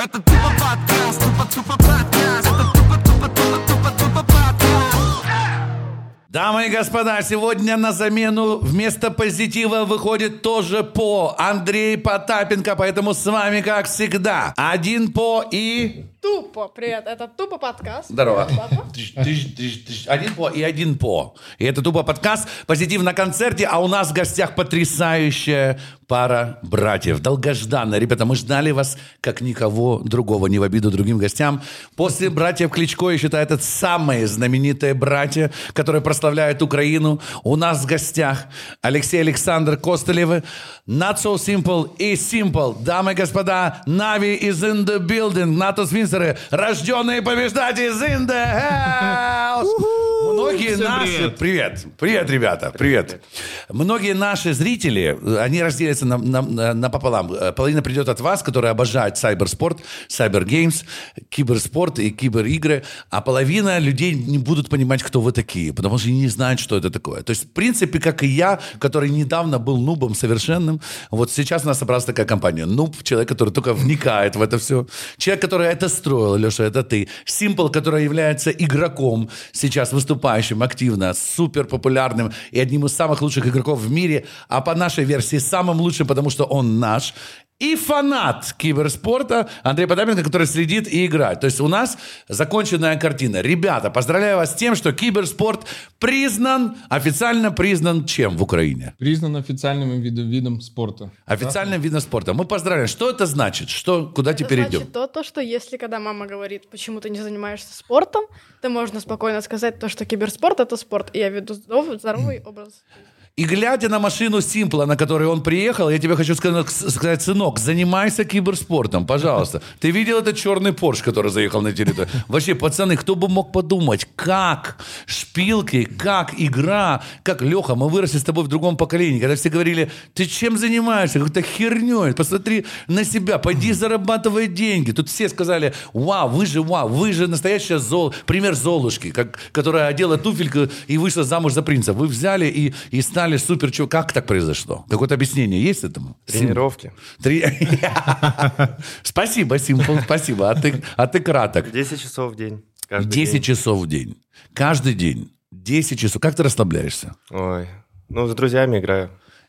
Это тупо подкаст, тупо подкаст. Это тупо подкаст. Дамы и господа, сегодня на замену вместо позитива выходит тоже По. Андрей Потапенко, поэтому с вами, как всегда, один По и... Тупо, привет, это Тупо подкаст. Здорово. Один По и один По. И это Тупо подкаст, позитив на концерте, а у нас в гостях потрясающая пара братьев. Долгожданно. Ребята, мы ждали вас как никого другого, не в обиду другим гостям. После братьев Кличко, я считаю, это самые знаменитые братья, которые прославляют Украину. У нас в гостях Алексей Александр Костылевы, Not So Simple и Simple. Дамы и господа, Нави is in the building. Натус Винсеры, рожденные побеждать is in the house. Многие наши... Привет, ребята, привет. Многие наши зрители, они разделятся напополам. Половина придет от вас, которые обожают сайберспорт, сайбергеймс, киберспорт и киберигры, а половина людей не будут понимать, кто вы такие, потому что не знают, что это такое. То есть, в принципе, как и я, который недавно был нубом совершенным, вот сейчас у нас собралась такая компания. Нуб, человек, который только вникает в это все. Человек, который это строил, Леша, это ты. Simple, который является игроком, сейчас выступающим активно, супер популярным и одним из самых лучших игроков в мире, а по нашей версии самым лучшим, потому что он наш. И фанат киберспорта Андрей Потапенко, который следит и играет. То есть у нас законченная картина. Ребята, поздравляю вас с тем, что киберспорт официально признан чем в Украине? Признан официальным видом спорта. Официальным видом спорта. Мы поздравляем. Что это значит? Куда теперь это идем? значит то, что если когда мама говорит, почему ты не занимаешься спортом, то можно спокойно сказать то, что киберспорт — это спорт, и я веду здоровый образ. И глядя на машину Симпла, на которой он приехал, я тебе хочу сказать, сынок, занимайся киберспортом, пожалуйста. Ты видел этот черный Порш, который заехал на территорию? Вообще, пацаны, кто бы мог подумать, как шпилки, как игра, как Леха, мы выросли с тобой в другом поколении, когда все говорили, ты чем занимаешься, какой-то херней, посмотри на себя, пойди зарабатывай деньги. Тут все сказали, вау, вы же настоящая пример Золушки, которая одела туфельку и вышла замуж за принца. Вы взяли и стали супер чего. Как так произошло? Какое-то объяснение есть этому? Тренировки. Спасибо, Симпл, спасибо. А ты краток. 10 часов в день. 10 часов в день. Каждый день. 10 часов. Как ты расслабляешься? Ой. С друзьями играю.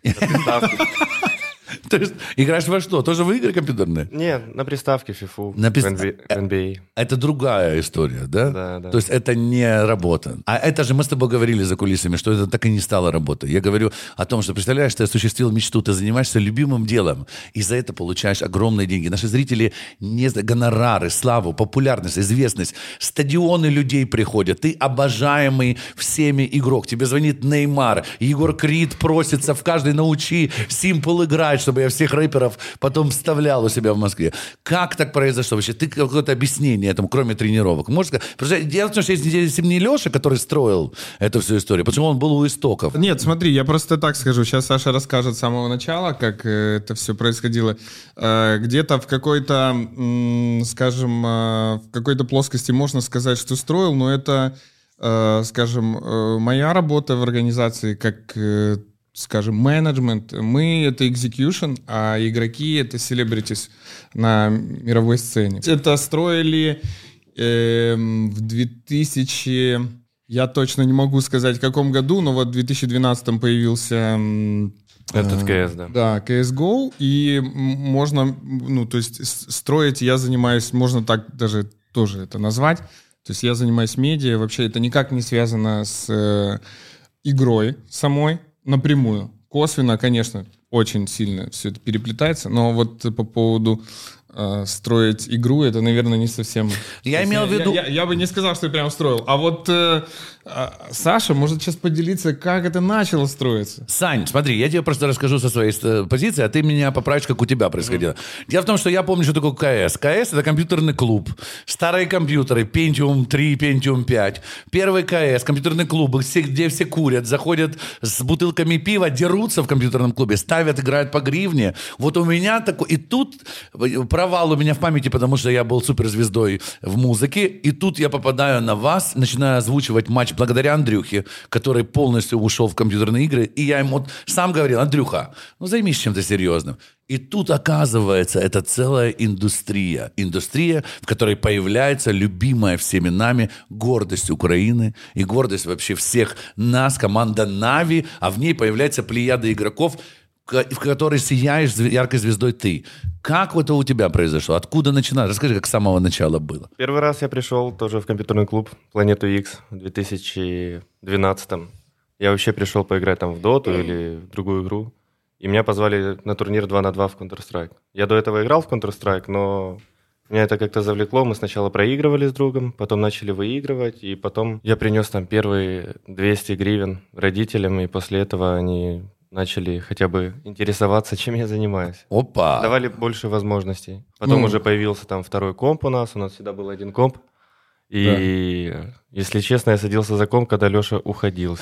То есть играешь во что? Тоже в игры компьютерные? Нет, на приставке FIFA, в NBA. Это другая история, да? Да. То есть это не работа. А это же мы с тобой говорили за кулисами, что это так и не стало работой. Я говорю о том, что, представляешь, ты осуществил мечту, ты занимаешься любимым делом, и за это получаешь огромные деньги. Наши зрители не гонорары, славу, популярность, известность, стадионы людей приходят, ты обожаемый всеми игрок. Тебе звонит Неймар, Егор Крид просится в каждой научи Simple играть, чтобы я всех рэперов потом вставлял у себя в Москве. Как так произошло вообще? Ты какое-то объяснение этому, кроме тренировок, можешь сказать? Потому что дело в том, что если не Леша, который строил эту всю историю, почему он был у истоков? Нет, смотри, я просто так скажу. Сейчас Саша расскажет с самого начала, как это все происходило. Где-то в какой-то, скажем, в какой-то плоскости можно сказать, что строил, но это, скажем, моя работа в организации как... скажем, менеджмент, мы — это execution, а игроки — это celebrities на мировой сцене. Это строили в 2000... Я точно не могу сказать, в каком году, но вот в 2012 появился... Этот CS, да. Да, CSGO, и можно, то есть строить я занимаюсь, можно так даже тоже это назвать, то есть я занимаюсь медиа, вообще это никак не связано с игрой самой, напрямую. Косвенно, конечно, очень сильно все это переплетается, но вот по поводу строить игру, это, наверное, не совсем... Я имел в виду... Я бы не сказал, что я прям строил. А вот Саша может сейчас поделиться, как это начало строиться. Сань, смотри, я тебе просто расскажу со своей позиции, а ты меня поправишь, как у тебя происходило. Дело в том, что я помню, что такое КС. КС — это компьютерный клуб. Старые компьютеры, Pentium 3, Pentium 5. Первый КС, компьютерный клуб, где все курят, заходят с бутылками пива, дерутся в компьютерном клубе, ставят, играют по гривне. Вот у меня такой... И тут, провал у меня в памяти, потому что я был суперзвездой в музыке, и тут я попадаю на вас, начинаю озвучивать матч благодаря Андрюхе, который полностью ушел в компьютерные игры, и я ему сам говорил: Андрюха, ну займись чем-то серьезным. И тут, оказывается, это целая индустрия. Индустрия, в которой появляется любимая всеми нами гордость Украины и гордость вообще всех нас, команда Нави, а в ней появляется плеяда игроков, в которой сияешь яркой звездой ты. Как это у тебя произошло? Откуда начиналось? Расскажи, как с самого начала было. Первый раз я пришел тоже в компьютерный клуб Планету X в 2012-м. Я вообще пришел поиграть там в Доту или в другую игру. И меня позвали на турнир 2 на 2 в Counter-Strike. Я до этого играл в Counter-Strike, но меня это как-то завлекло. Мы сначала проигрывали с другом, потом начали выигрывать, и потом я принес там первые 200 гривен родителям, и после этого они начали хотя бы интересоваться, чем я занимаюсь. Опа! Давали больше возможностей. Потом уже появился там второй комп у нас всегда был один комп. И, если честно, я садился за комп, когда Леша уходил.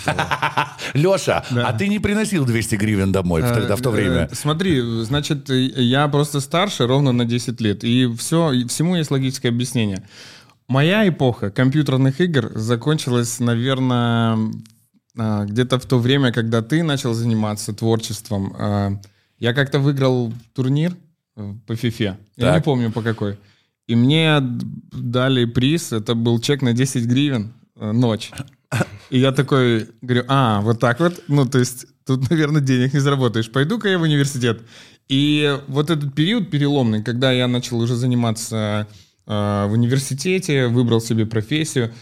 Леша, а ты не приносил 200 гривен домой тогда, в то время? Смотри, значит, я просто старше ровно на 10 лет, и всему есть логическое объяснение. Моя эпоха компьютерных игр закончилась, наверное, где-то в то время, когда ты начал заниматься творчеством. Я как-то выиграл турнир по FIFA, я не помню по какой. И мне дали приз, это был чек на 10 гривен ночь. И я такой говорю: вот так вот, ну то есть тут, наверное, денег не заработаешь, пойду-ка я в университет. И вот этот период переломный, когда я начал уже заниматься в университете, выбрал себе профессию,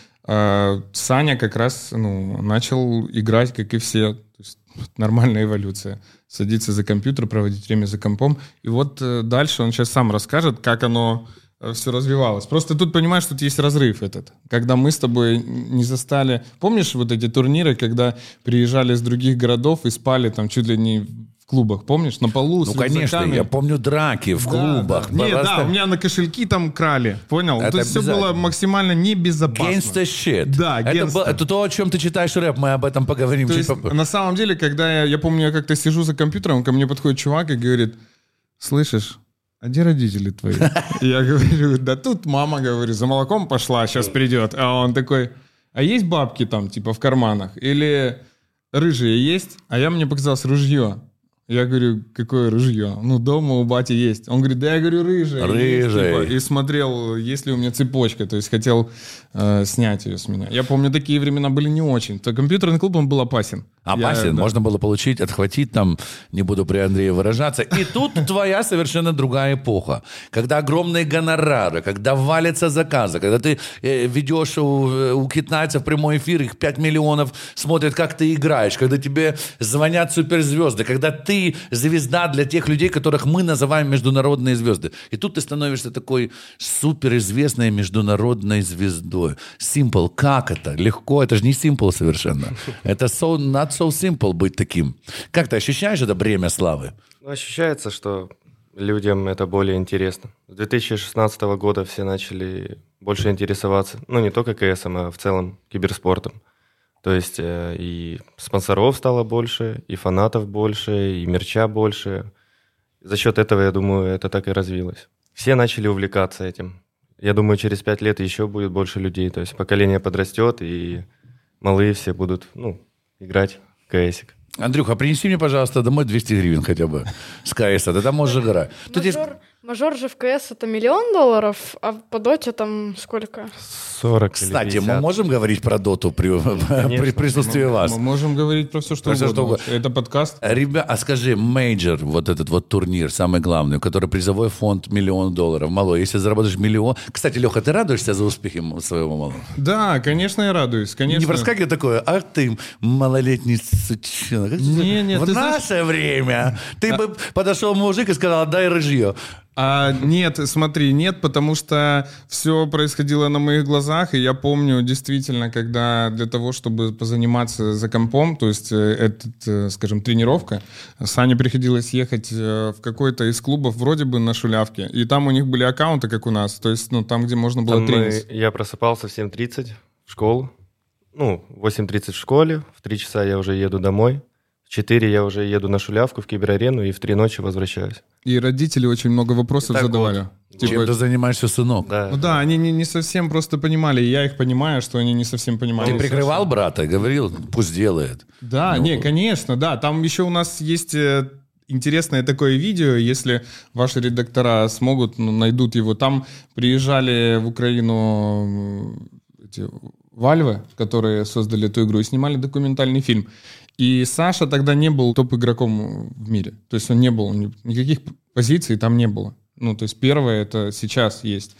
Саня как раз начал играть, как и все. То есть нормальная эволюция. Садиться за компьютер, проводить время за компом. И вот дальше он сейчас сам расскажет, как оно все развивалось. Просто тут, понимаешь, тут есть разрыв этот. Когда мы с тобой не застали... Помнишь вот эти турниры, когда приезжали из других городов и спали там чуть ли не в клубах, помнишь? На полу, с рюкзаками. Конечно, я помню драки в клубах. Да. Нет, у меня на кошельки там крали, понял? Это то есть все было максимально небезопасно. Gangsta shit. Да, это то, о чем ты читаешь рэп, мы об этом поговорим чуть попозже. На самом деле, когда я помню, я как-то сижу за компьютером, ко мне подходит чувак и говорит: слышишь, а где родители твои? Я говорю: да тут мама, говорю, за молоком пошла, сейчас придет. А он такой: а есть бабки там, типа, в карманах? Или рыжие есть? А мне показалось ружье. Я говорю: какое ружье? Дома у бати есть. Он говорит: да я говорю, рыжие. Рыжие. Типа, и смотрел, есть ли у меня цепочка, то есть хотел снять ее с меня. Я помню, такие времена были не очень. То компьютерный клуб, он был опасен. Опасен, можно было получить, отхватить там, не буду при Андрее выражаться. И тут твоя совершенно другая эпоха. Когда огромные гонорары, когда валятся заказы, когда ты ведешь у китайцев прямой эфир, их 5 миллионов смотрят, как ты играешь, когда тебе звонят суперзвезды, когда ты звезда для тех людей, которых мы называем международные звезды. И тут ты становишься такой суперизвестной международной звездой. Simple, как это? Легко, это же не simple совершенно. Это not so simple быть таким. Как ты ощущаешь это бремя славы? Ощущается, что людям это более интересно. С 2016 года все начали больше интересоваться, не только КСом, а в целом киберспортом. То есть и спонсоров стало больше, и фанатов больше, и мерча больше. За счет этого, я думаю, это так и развилось. Все начали увлекаться этим. Я думаю, через 5 лет еще будет больше людей. То есть поколение подрастет, и малые все будут играть в КСик. Андрюха, принеси мне, пожалуйста, домой 200 гривен хотя бы с КС, тогда можешь играть. Мажор же в КС это $1 миллион, а по доте там сколько? 40 Кстати, или 50. мы можем говорить про доту при присутствии вас? Мы можем говорить про все, что угодно. Это подкаст. А скажи, мейджор, вот этот вот турнир, самый главный, у которого призовой фонд $1 миллион. Малой, если заработаешь $1 миллион... Кстати, Леха, ты радуешься за успехи своего малого? Да, конечно, я радуюсь. Конечно. Не проскакивает такое: ах ты, малолетний сучонок. Не, в наше время ты бы подошел мужик и сказал: дай рыжье. Нет, смотри, нет, потому что все происходило на моих глазах, и я помню действительно, когда для того, чтобы позаниматься за компом, то есть скажем, тренировка, Сане приходилось ехать в какой-то из клубов вроде бы на Шулявке, и там у них были аккаунты, как у нас, то есть там, где можно было тренить. Я просыпался в 7:30 в школу, в 8:30 в школе, в 3 часа я уже еду домой, в 4 я уже еду на Шулявку, в киберарену, и в 3 ночи возвращаюсь. И родители очень много вопросов И так задавали. Чем ты занимаешься, сынок? Да. Ну да, они не совсем просто понимали, и я их понимаю, что они не совсем понимали. Ты прикрывал брата, говорил, пусть делает. Да, не, конечно, да. Там еще у нас есть интересное такое видео, если ваши редактора смогут, найдут его. Там приезжали в Украину эти Valve, которые создали эту игру, и снимали документальный фильм. И Саша тогда не был топ-игроком в мире. То есть он не был, никаких позиций там не было. Ну, то есть первое это сейчас есть.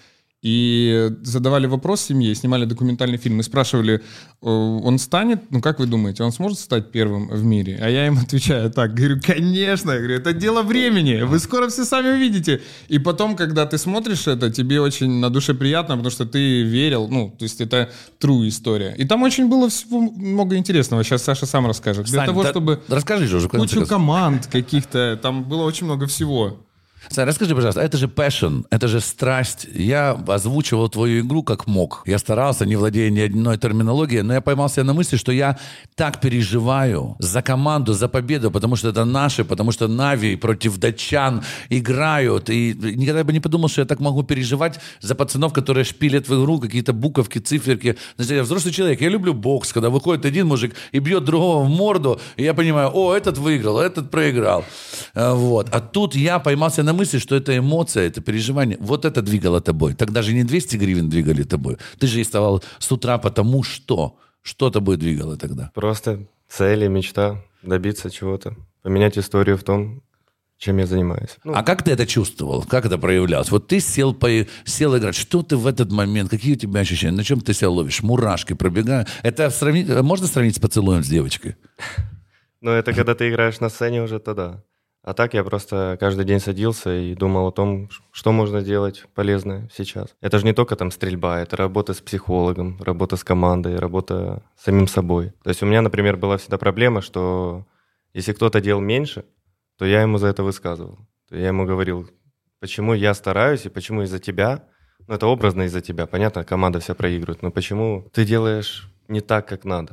И задавали вопрос семье, снимали документальный фильм и спрашивали, он станет, ну как вы думаете, он сможет стать первым в мире? А я им отвечаю так, говорю, конечно, я говорю, это дело времени, вы скоро все сами увидите. И потом, когда ты смотришь это, тебе очень на душе приятно, потому что ты верил, ну, то есть это true история. И там очень было всего много интересного, сейчас Саша сам расскажет. Для Сань, того, чтобы расскажи же уже. в конце кучу концов. команд каких-то, там было очень много всего. Сань, расскажи, пожалуйста, это же passion, это же страсть. Я озвучивал твою игру как мог. Я старался, не владея ни одной терминологией, но я поймал себя на мысли, что я так переживаю за команду, за победу, потому что это наши, потому что Нави против датчан играют. И никогда бы не подумал, что я так могу переживать за пацанов, которые шпилят в игру какие-то буковки, циферки. Знаете, я взрослый человек, я люблю бокс, когда выходит один мужик и бьет другого в морду, и я понимаю, о, этот выиграл, этот проиграл. Вот. А тут я поймался на мысли, что это эмоция, это переживание. Вот это двигало тобой. Тогда же не 200 гривен двигали тобой. Ты же и вставал с утра потому что. Что тобой двигало тогда? Просто цели, мечта, добиться чего-то, поменять историю в том, чем я занимаюсь. Ну, А как ты это чувствовал? Как это проявлялось? Вот ты сел играть. Что ты в этот момент? Какие у тебя ощущения? На чем ты себя ловишь? Мурашки пробегают? Это можно сравнить с поцелуем с девочкой? ну, это когда ты играешь на сцене уже тогда. А так я просто каждый день садился и думал о том, что можно делать полезное сейчас. Это же не только там стрельба, это работа с психологом, работа с командой, работа с самим собой. То есть у меня, например, была всегда проблема, что если кто-то делал меньше, то я ему за это высказывал. Я ему говорил, почему я стараюсь и почему из-за тебя, ну это образно из-за тебя, понятно, команда вся проигрывает, но почему ты делаешь не так, как надо?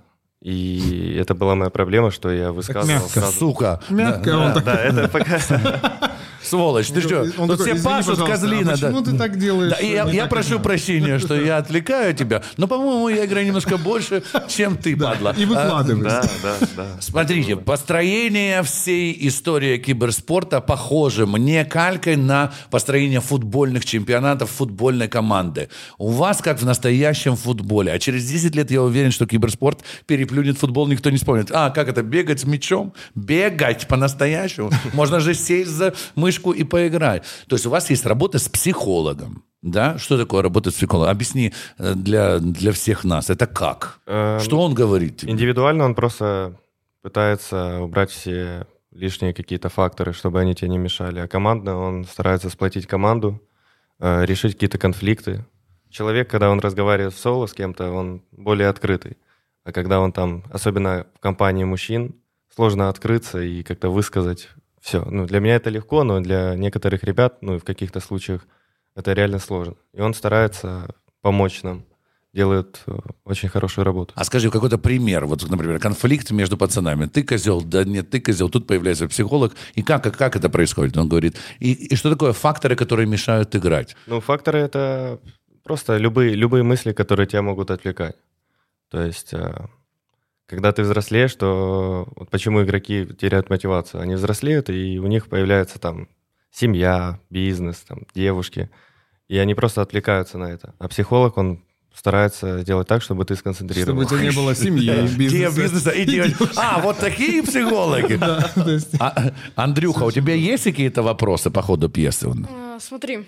И это была моя проблема, что я высказывал мягко, сразу. Сука. Мягко Да, он да. так. Да, это пока... Сволочь, ты что? Он Тут такой, все «Извини, пашут, пожалуйста, козлина. а почему ты так делаешь? Да, и я Не так, прошу как надо?» прощения, что я отвлекаю тебя, но, по-моему, я играю немножко больше, чем ты, падла. И выкладываешь. Да. Смотрите, построение всей истории киберспорта похоже мне калькой на построение футбольных чемпионатов футбольной команды. У вас как в настоящем футболе. А через 10 лет я уверен, что киберспорт переплюнет футбол, никто не вспомнит. А, как это, бегать с мячом? Бегать по-настоящему? Можно же сесть за мышку и поиграть. То есть у вас есть работа с психологом. Да? Что такое работа с психологом? Объясни для всех нас. Это как? Что он говорит тебе? Индивидуально он просто пытается убрать все лишние какие-то факторы, чтобы они тебе не мешали. А командно он старается сплотить команду, решить какие-то конфликты. Человек, когда он разговаривает в соло с кем-то, он более открытый. А когда он там, особенно в компании мужчин, сложно открыться и как-то высказать все. Ну, для меня это легко, но для некоторых ребят, ну, и в каких-то случаях это реально сложно. И он старается помочь нам, делает очень хорошую работу. А скажи, какой-то пример, вот, например, конфликт между пацанами. Ты козел, да нет, ты козел, тут появляется психолог. И как это происходит? Он говорит, и что такое факторы, которые мешают играть? Ну, факторы — это просто любые мысли, которые тебя могут отвлекать. То есть, когда ты взрослеешь, то вот почему игроки теряют мотивацию? Они взрослеют, и у них появляется там семья, бизнес, там, девушки, и они просто отвлекаются на это. А психолог, он старается сделать так, чтобы ты Чтобы у сконцентрировался. тебя не было семьи, бизнеса. И девочки. А, вот такие психологи. Да, то есть- Андрюха, у тебя есть какие-то вопросы по ходу пьесы? Смотри,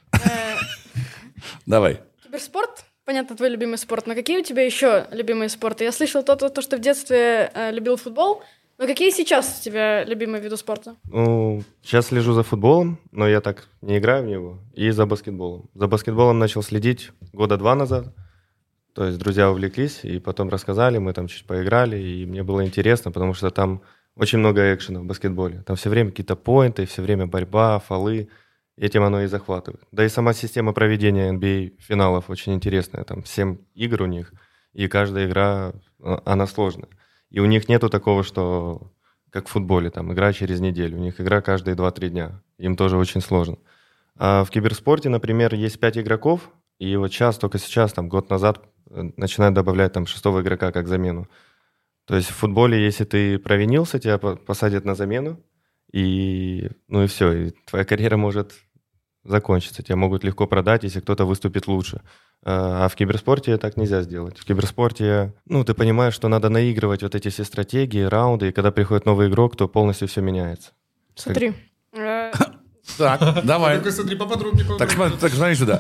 Давай. киберспорт, понятно, твой любимый спорт, но какие у тебя еще любимые спорты? Я слышал то, что в детстве любил футбол, но какие сейчас у тебя любимые виды спорта? Ну, сейчас слежу за футболом, но я так не играю в него, и за баскетболом. За баскетболом начал следить 2 года назад. То есть друзья увлеклись, и потом рассказали, мы там чуть поиграли, и мне было интересно, потому что там очень много экшена в баскетболе. Там все время какие-то поинты, все время борьба, фолы. Этим оно и захватывает. Да и сама система проведения NBA-финалов очень интересная. Там 7 игр у них, и каждая игра, она сложная. И у них нету такого, что как в футболе, там, игра через неделю. У них игра каждые 2-3 дня. Им тоже очень сложно. А в киберспорте, например, есть 5 игроков, и вот только сейчас, там, год назад, начинают добавлять там 6-го игрока как замену. То есть в футболе, если ты провинился, тебя посадят на замену, и все, и твоя карьера может закончиться. Тебя могут легко продать, если кто-то выступит лучше. А в киберспорте так нельзя сделать. В киберспорте, ты понимаешь, что надо наигрывать вот эти все стратегии, раунды, и когда приходит новый игрок, то полностью все меняется. Смотри. Так, давай. Только смотри, поподробнее. Так смотри сюда.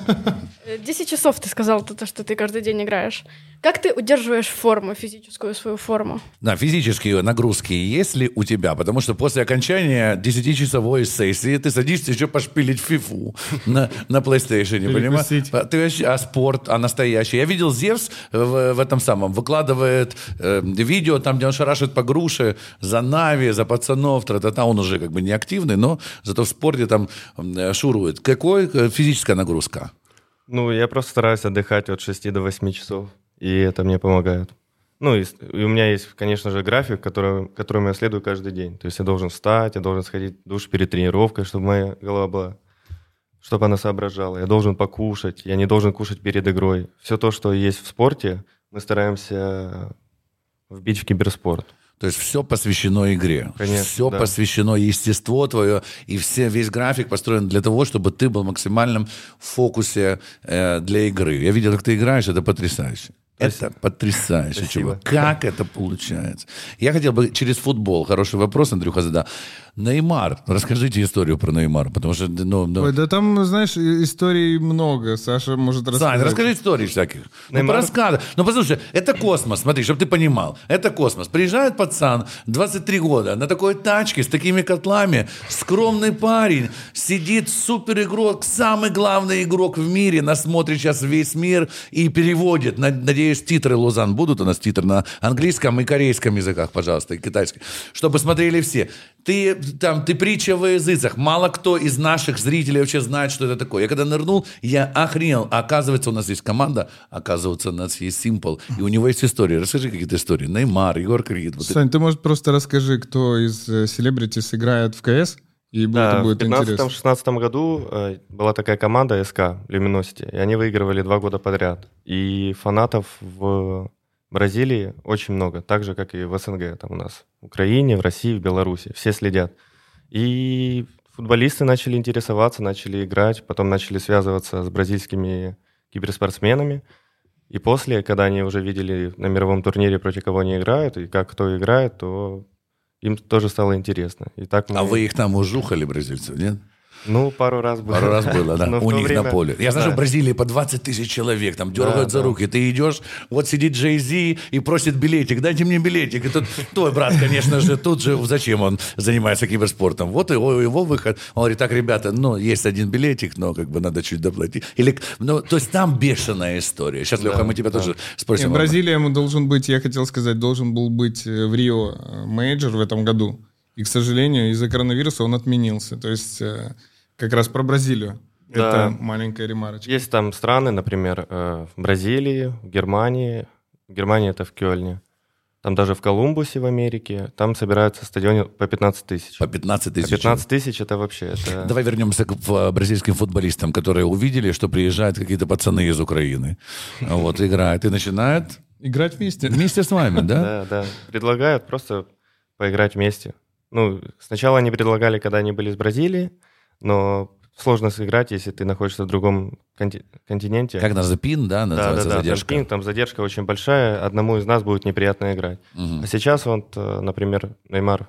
10 часов ты сказал, то, что ты каждый день играешь. Как ты удерживаешь форму, физическую свою форму? Да, физические нагрузки есть ли у тебя? Потому что после окончания 10-часовой сессии ты садишься еще пошпилить фифу на PlayStation, понимаешь? Ты вообще, спорт, настоящий. Я видел, Зевс в этом самом выкладывает видео, там, где он шарашит по груше за Нави, за пацанов, тра-та-та. Он уже как бы не активный, но зато в спорте там шурует. Какой физическая нагрузка? Я просто стараюсь отдыхать от 6 до 8 часов, и это мне помогает. И у меня есть, конечно же, график, которому я следую каждый день. То есть я должен встать, я должен сходить в душ перед тренировкой, чтобы моя голова была, чтобы она соображала. Я должен покушать, я не должен кушать перед игрой. Все то, что есть в спорте, мы стараемся вбить в киберспорт. То есть все посвящено игре. Конечно, все да. посвящено естество твое, и весь график построен для того, чтобы ты был в максимальном фокусе для игры. Я видел, как ты играешь, это потрясающе. Спасибо. Это потрясающе, Спасибо. чувак. Как это получается? Я хотел бы через футбол, хороший вопрос, Андрюха, задал. Неймар. Расскажите историю про Неймара, потому что... Ой, да там, знаешь, историй много. Саша может рассказать. Сань, расскажи истории всяких. Неймар? Рассказывай. Послушай, это космос, смотри, чтобы ты понимал. Это космос. Приезжает пацан, 23 года, на такой тачке с такими котлами, скромный парень, сидит супер игрок, самый главный игрок в мире, нас смотрит сейчас весь мир и переводит. Надеюсь, титры, Лозан, будут у нас титры на английском и корейском языках, пожалуйста, и китайском, чтобы смотрели все. Ты притча во языцах. Мало кто из наших зрителей вообще знает, что это такое. Я когда нырнул, я охренел. Оказывается, у нас есть команда, оказывается, у нас есть Simple, и у него есть истории. Расскажи какие-то истории. Неймар, Егор Крид. Сань, ты, может, просто расскажи, кто из селебритис играет в КС, и это будет интересно. В 2015-2016 году была такая команда СК, Luminosity, и они выигрывали 2 года подряд. И фанатов в Бразилии очень много, так же, как и в СНГ, там у нас в Украине, в России, в Беларуси. Все следят. И футболисты начали интересоваться, начали играть, потом начали связываться с бразильскими киберспортсменами. И после, когда они уже видели на мировом турнире, против кого они играют, и как кто играет, то им тоже стало интересно. И так А вы их там ужухали, бразильцев, нет? Пару раз было. Пару раз было, да, Но в у то них время... на поле. Я знаю, что в Бразилии по 20 тысяч человек, там дергают за руки. Ты идешь, вот сидит Джей Зи и просит билетик, дайте мне билетик. И тут твой брат, конечно же, тут же, зачем он занимается киберспортом? Вот его выход. Он говорит, так, ребята, есть один билетик, но как бы надо чуть доплатить. То есть там бешеная история. Сейчас, Леха, мы тебя тоже спросим. Бразилия ему должен быть, я хотел сказать, должен был быть в Рио мейджор в этом году. И, к сожалению, из-за коронавируса он отменился. То есть... Как раз про Бразилию. Да. Это маленькая ремарочка. Есть там страны, например, в Бразилии, в Германии. В Германии это в Кёльне. Там даже в Колумбусе в Америке. Там собираются стадионы по 15 тысяч. По 15 тысяч. По 15 тысяч это вообще... Давай вернемся к бразильским футболистам, которые увидели, что приезжают какие-то пацаны из Украины. Вот, играют и начинают... Играть вместе. Вместе с вами, да? Да. Предлагают просто поиграть вместе. Сначала они предлагали, когда они были из Бразилии, но сложно сыграть, если ты находишься в другом континенте. Как называется, пин, да, называется задержка? Пин, там задержка очень большая, одному из нас будет неприятно играть. Угу. А сейчас например, Неймар,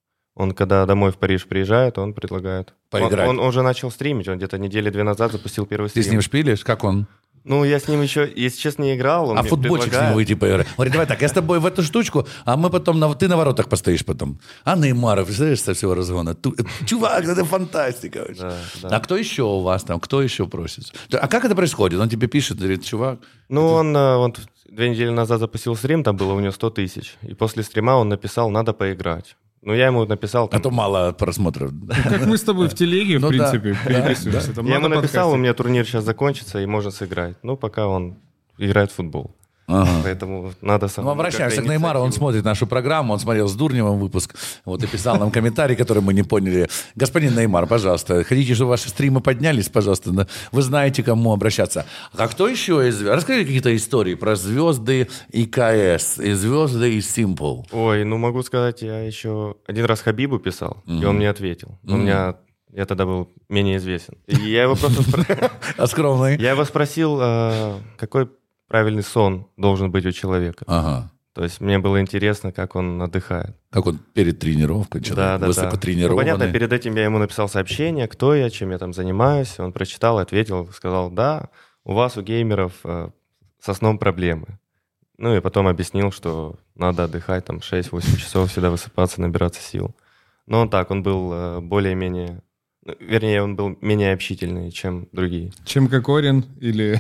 он когда домой в Париж приезжает, он предлагает. Поиграть. Он уже начал стримить, он где-то недели 2 назад запустил первый стрим. Ты с ним шпилишь? Как он? Я с ним еще, если честно, не играл. Он а мне футбольчик предлагает. с ним выйти поиграть. Говорит, давай так, я с тобой в эту штучку, а мы потом, ты на воротах постоишь потом. А Неймаров, представляешь, со всего разгона. Чувак, это фантастика. Да. А кто еще у вас там, кто еще просится? А как это происходит? Он тебе пишет, говорит, чувак... Он 2 недели назад запустил стрим, там было у него 100 тысяч. И после стрима он написал, надо поиграть. Я ему написал... А то мало просмотров. Как мы с тобой в телеге, в принципе, переписываемся. Я ему написал, у меня турнир сейчас закончится, и можно сыграть. Пока он играет в футбол. Поэтому надо Ну, обращаемся к Неймару, он смотрит нашу программу, он смотрел с Дурневым выпуск, вот, и писал нам комментарий, который мы не поняли. Господин Неймар, пожалуйста, хотите, чтобы ваши стримы поднялись, пожалуйста, вы знаете, к кому обращаться. А кто еще из... Расскажи какие-то истории про звезды ИКС, и звезды из Simple. Ой, ну могу сказать, я еще один раз Хабибу писал, и он мне ответил. Но я тогда был менее известен. И я его просто А скромный? Я его спросил, какой правильный сон должен быть у человека. Ага. То есть мне было интересно, как он отдыхает. Как он перед тренировкой, человек высокотренированный. Ну, понятно, перед этим я ему написал сообщение, кто я, чем я там занимаюсь. Он прочитал, ответил, сказал, да, у вас, у геймеров, со сном проблемы. Ну и потом объяснил, что надо отдыхать там 6-8 часов, всегда высыпаться, набираться сил. Но он так, он был более-менее... Вернее, он был менее общительный, чем другие. Чем Кокорин или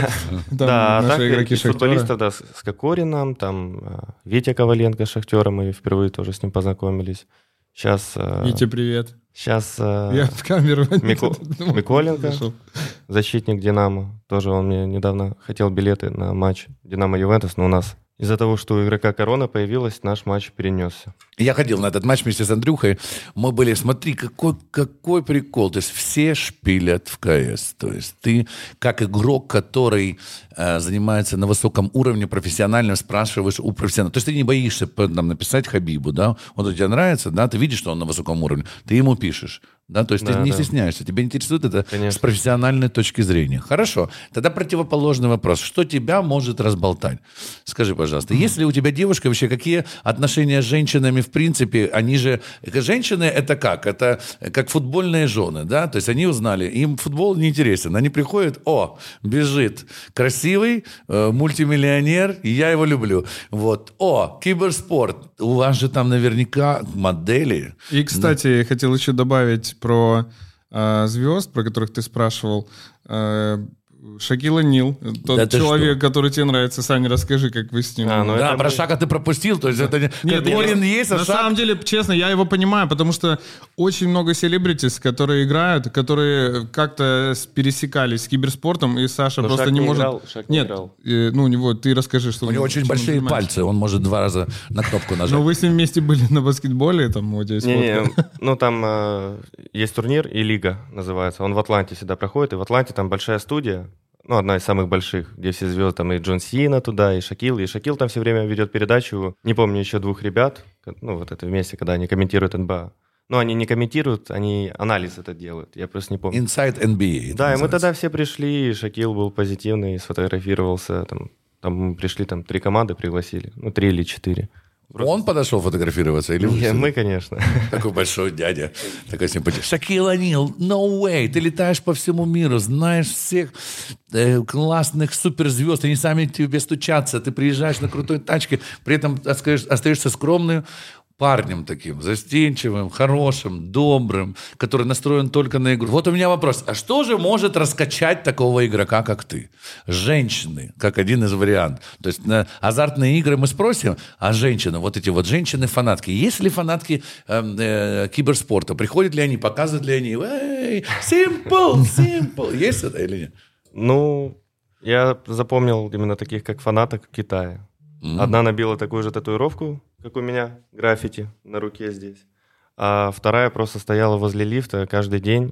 да, наши игроки из Шахтера? футболистов, да, с Кокорином, там Витя Коваленко с Шахтером, мы впервые тоже с ним познакомились. Сейчас... Витя, привет. Сейчас Я в камеру Миколенко, защитник «Динамо». Тоже он мне недавно хотел билеты на матч «Динамо-Ювентус», но у нас из-за того, что у игрока корона появилась, наш матч перенесся. Я ходил на этот матч вместе с Андрюхой. Мы были, смотри, какой прикол. То есть все шпилят в КС. То есть ты, как игрок, который занимается на высоком уровне профессионально, спрашиваешь у профессионала. То есть ты не боишься там, написать Хабибу, да? Он тебе нравится, да? Ты видишь, что он на высоком уровне. Ты ему пишешь. Да, то есть ты не стесняешься, тебя интересует это с профессиональной точки зрения. Хорошо, тогда противоположный вопрос. Что тебя может разболтать? Скажи, пожалуйста, если у тебя девушка, вообще какие отношения с женщинами в принципе? Они же... Женщины это как? Это как футбольные жены, да? То есть они узнали, им футбол не интересен. Они приходят, бежит красивый, мультимиллионер, и я его люблю. Вот. Киберспорт. У вас же там наверняка модели. И, кстати, я хотел еще добавить про звезд, про которых ты спрашивал. Шакил О'Нил, тот человек, который тебе нравится. Саня, расскажи, как вы с ним... Да, про Шака ты пропустил, то есть это... Нет, Корин есть, на самом деле, честно, я его понимаю, потому что очень много селебритис, которые играют, которые как-то пересекались с киберспортом, и Саша просто Шак не может... Шак не играл. Ну, у него, ты расскажи, что... У него очень большие пальцы, он может 2 раза на кнопку нажать. Но вы с ним вместе были на баскетболе, там вот здесь ну там есть турнир и лига называется, он в Атланте всегда проходит, и в Атланте там большая студия, ну, одна из самых больших, где все звезды, там и Джон Сина туда, и Шакил там все время ведет передачу, не помню, еще 2 ребят, ну, вот это вместе, когда они комментируют НБА. Ну, они не комментируют, они анализ это делают, я просто не помню. Inside NBA. Да, и мы тогда все пришли, и Шакил был позитивный, сфотографировался, там мы пришли, там 3 команды пригласили, 3 или 4. Просто... Он подошел фотографироваться или вы? Мы, конечно. Такой большой дядя, такой симпатичный. Шакил О'Нил, no way, ты летаешь по всему миру, знаешь всех классных суперзвезд, они сами к тебе стучатся, ты приезжаешь на крутой тачке, при этом остаешься скромным парнем таким, застенчивым, хорошим, добрым, который настроен только на игру. Вот у меня вопрос. А что же может раскачать такого игрока, как ты? Женщины, как один из вариантов. То есть на азартные игры мы спросим, а женщины, вот эти вот женщины-фанатки, есть ли фанатки киберспорта? Приходят ли они, показывают ли они? Simple! Есть это или нет? Ну, я запомнил именно таких, как фанаток в Китае. Одна набила такую же татуировку, как у меня, граффити на руке здесь. А вторая просто стояла возле лифта каждый день.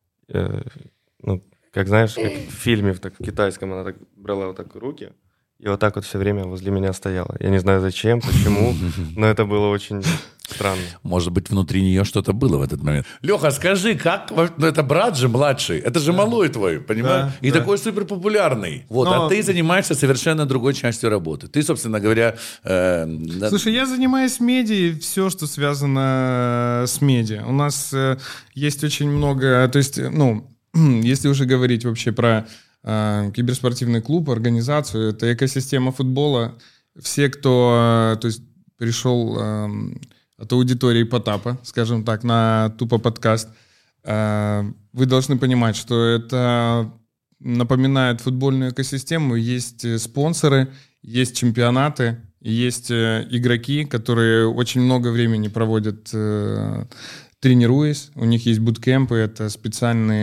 Как знаешь, как в фильме, так, в китайском, она так брала вот так руки. И вот так вот все время возле меня стояла. Я не знаю зачем, почему, но это было очень странно. Может быть, внутри нее что-то было в этот момент. Леха, скажи, как... Ну, это брат же младший, это же малой твой, понимаешь? И такой супер популярный. Вот, а ты занимаешься совершенно другой частью работы. Ты, собственно говоря... Слушай, я занимаюсь медиа, все, что связано с медиа. У нас есть очень много... То есть, если уже говорить вообще про... киберспортивный клуб, организацию, это экосистема футбола. Все, кто пришел от аудитории Потапа, скажем так, на Тупо подкаст, вы должны понимать, что это напоминает футбольную экосистему. Есть спонсоры, есть чемпионаты, есть игроки, которые очень много времени проводят тренируясь. У них есть буткемпы, это специальные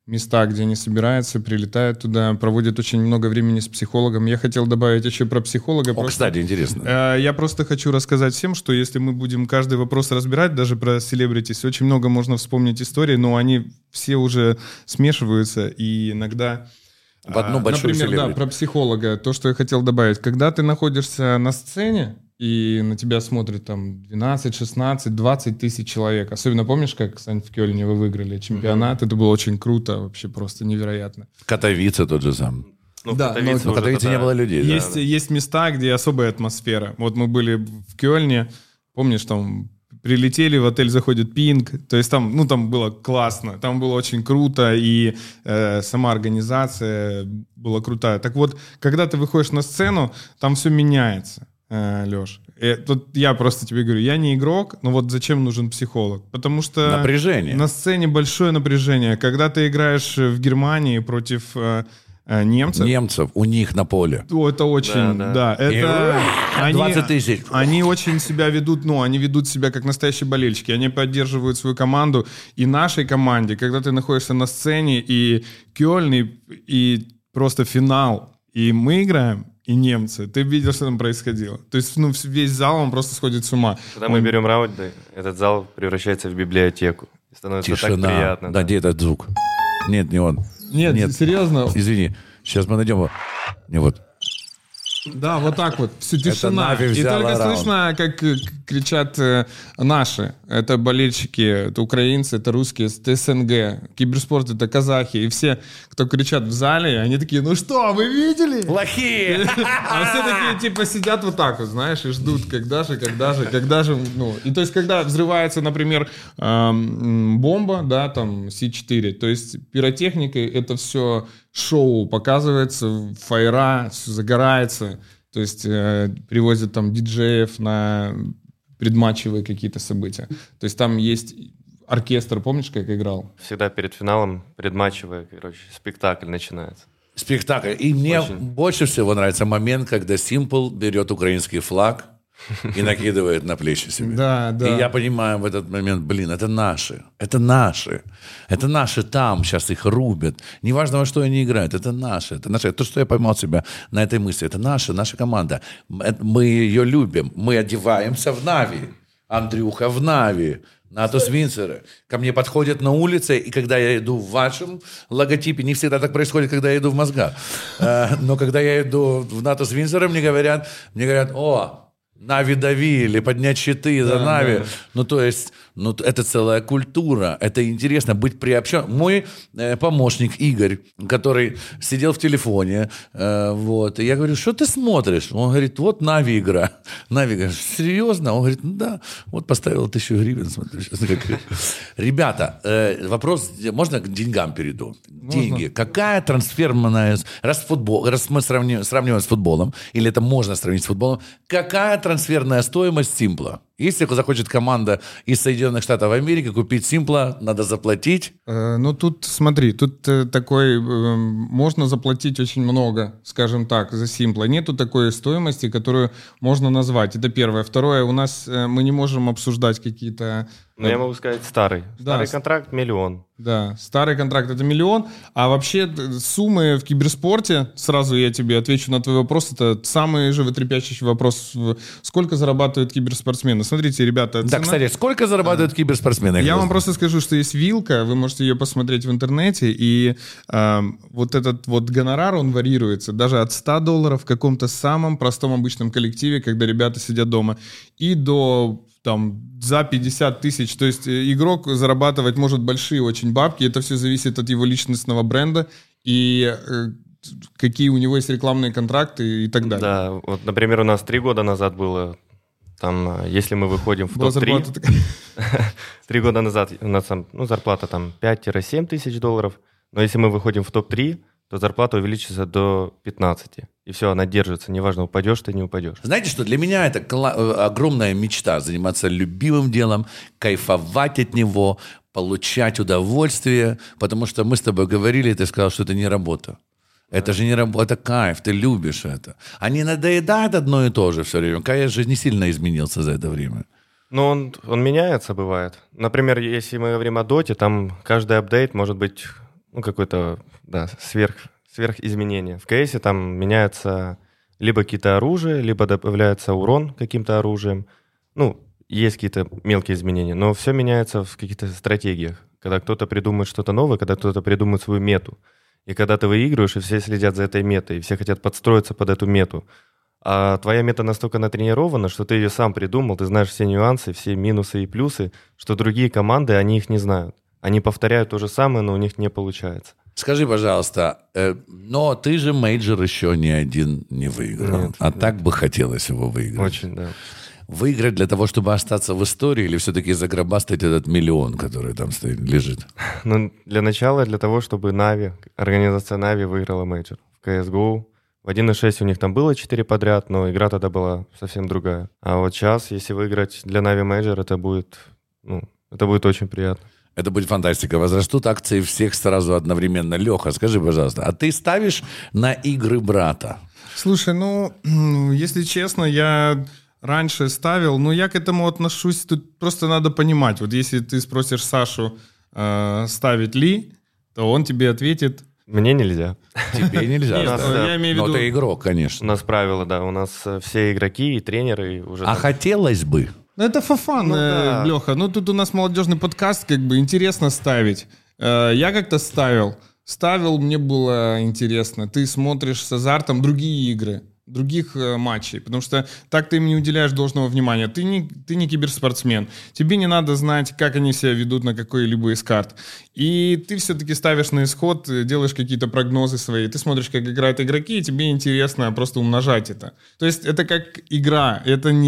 места, где они собираются, прилетают туда, проводят очень много времени с психологом. Я хотел добавить еще про психолога. Кстати, интересно. Я просто хочу рассказать всем, что если мы будем каждый вопрос разбирать, даже про селебритис, очень много можно вспомнить историй, но они все уже смешиваются, и иногда... В одну большую Например, да, селебрити. про психолога, то, что я хотел добавить. Когда ты находишься на сцене, и на тебя смотрят там 12, 16, 20 тысяч человек. Особенно помнишь, как в Кёльне вы выиграли чемпионат? Это было очень круто, вообще просто невероятно. Катовице тот же сам. Ну, Да, Катовице но В уже Катовице тогда- не было людей. да. Есть места, где особая атмосфера. Вот мы были в Кёльне, помнишь, там прилетели, в отель заходит Пинк, то есть там, там было классно, там было очень круто, и сама организация была крутая. Так вот, когда ты выходишь на сцену, там все меняется, Леш. Тут я просто тебе говорю, я не игрок, но вот зачем нужен психолог? Потому что Напряжение. на сцене большое напряжение. Когда ты играешь в Германии против немцев, Немцев, у них на поле. это очень, Да, да, это... И 20 тысяч. Они очень себя ведут, они ведут себя как настоящие болельщики, они поддерживают свою команду. И нашей команде, когда ты находишься на сцене, и Кёльн, и просто финал, и мы играем, и немцы, ты видел, что там происходило. То есть, весь зал, он просто сходит с ума. Когда мы берем раунды, этот зал превращается в библиотеку. И становится так Тишина. приятно. Да, где этот звук? Нет, не он. Нет, серьезно. Извини. Сейчас мы найдем его. Не вот. Да, вот так вот, все тишина. Нави И взяла только раунд. слышно, как кричат наши. Это болельщики, это украинцы, это русские, это СНГ. Киберспорт — это казахи. И все, кто кричат в зале, они такие, ну что, вы видели? Плохие! А все такие, типа, сидят вот так вот, знаешь, и ждут, когда же. И то есть, когда взрывается, например, бомба, да, там, С4, то есть пиротехникой это все шоу показывается, фаера, все загорается, то есть привозят там диджеев на предматчевые какие-то события. То есть там есть оркестр, помнишь, как играл? Всегда перед финалом, предматчевый, спектакль начинается. Спектакль. И мне Очень. больше всего нравится момент, когда Simple берет украинский флаг и накидывает на плечи себе. Да, да. И я понимаю в этот момент, это наши. Это наши. Это наши там, сейчас их рубят. Неважно, во что они играют, это наши. Это наши. То, что я поймал себя на этой мысли, это наша команда. Мы ее любим. Мы одеваемся в Нави. Андрюха в Нави. Натус Винцеры. Ко мне подходят на улице, и когда я иду в вашем логотипе, не всегда так происходит, когда я иду в мозгах. Но когда я иду в Натус Винцеры, мне говорят, о, Нави дави или поднять щиты за Нави. Ну, то есть, это целая культура. Это интересно быть приобщенным. Мой помощник Игорь, который сидел в телефоне, и я говорю, что ты смотришь? Он говорит, вот Нави игра. Нави, говорит, серьезно? Он говорит, да, вот поставил 1000 гривен. Смотри, ребята, вопрос, можно к деньгам перейду? Деньги. Какая трансферная... Раз мы сравниваем с футболом, или это можно сравнить с футболом, какая трансферная стоимость Симпла? Если захочет команда из Соединенных Штатов Америки купить Симпла, надо заплатить. Тут смотри, можно заплатить очень много, скажем так, за Симпла. Нету такой стоимости, которую можно назвать. Это первое. Второе, у нас мы не можем обсуждать какие-то... Но я могу сказать старый. Старый контракт 1 миллион. Да, старый контракт — это 1 миллион, а вообще суммы в киберспорте, сразу я тебе отвечу на твой вопрос, это самый животрепещущий вопрос. Сколько зарабатывают киберспортсмены? Смотрите, ребята... Да, кстати, сколько зарабатывают киберспортсмены? Я вам просто скажу, что есть вилка, вы можете ее посмотреть в интернете, и вот этот вот гонорар, он варьируется даже от $100 в каком-то самом простом обычном коллективе, когда ребята сидят дома, и до... за 50 тысяч. То есть игрок зарабатывать может большие очень бабки. Это все зависит от его личностного бренда и какие у него есть рекламные контракты и так далее. Да, вот, например, у нас 3 года назад было, если мы выходим в топ-3, 3 года назад у нас зарплата 5-7 тысяч $, но если мы выходим в топ-3, то зарплата увеличится до 15. И все, она держится. Неважно, упадешь ты, не упадешь. Знаете что, для меня это огромная мечта — заниматься любимым делом, кайфовать от него, получать удовольствие, потому что мы с тобой говорили, и ты сказал, что это не работа. Это же не работа, это кайф, ты любишь это. А не надоедает одно и то же все время. Кайф же не сильно изменился за это время. Но он меняется, бывает. Например, если мы говорим о доте, там каждый апдейт может быть ну, какое-то, да, сверхизменение. В КСе там меняется либо какие-то оружия, либо добавляется урон каким-то оружием. Ну, есть какие-то мелкие изменения, но все меняется в каких-то стратегиях. Когда кто-то придумает что-то новое, когда кто-то придумает свою мету. И когда ты выигрываешь, и все следят за этой метой, и все хотят подстроиться под эту мету. А твоя мета настолько натренирована, что ты ее сам придумал, ты знаешь все нюансы, все минусы и плюсы, что другие команды, они их не знают. Они повторяют то же самое, но у них не получается. Скажи, пожалуйста, но ты же мейджор еще ни один не выиграл. Нет, а так бы хотелось его выиграть. Очень, да. Выиграть для того, чтобы остаться в истории, или все-таки загробастать этот миллион, который там стоит, лежит? Ну, для начала, для того, чтобы Na'Vi, организация Na'Vi выиграла мейджор. В CSGO в 1.6 у них там было 4 подряд, но игра тогда была совсем другая. А вот сейчас, если выиграть для Na'Vi мейджор, это будет очень приятно. Это будет фантастика. Возрастут акции всех сразу одновременно. Леха, скажи, пожалуйста, а ты ставишь на игры брата? Слушай, ну, если честно, я раньше ставил, но я к этому отношусь, тут просто надо понимать. Вот если ты спросишь Сашу, ставить ли, то он тебе ответит... Мне нельзя. Тебе нельзя. Нет, ставить. я имею в Но виду... ты игрок, У конечно. нас правила, да, у нас все игроки и тренеры уже... А хотелось бы. Ну, это фафан, да. Леха. Ну, тут у нас молодежный подкаст, как бы интересно ставить. Я как-то ставил, мне было интересно. Ты смотришь с азартом другие игры, других матчей, потому что так ты им не уделяешь должного внимания. Ты не киберспортсмен. Тебе не надо знать, как они себя ведут на какой-либо из карт. И ты все-таки ставишь на исход, делаешь какие-то прогнозы свои. Ты смотришь, как играют игроки, и тебе интересно просто умножать это. То есть это как игра.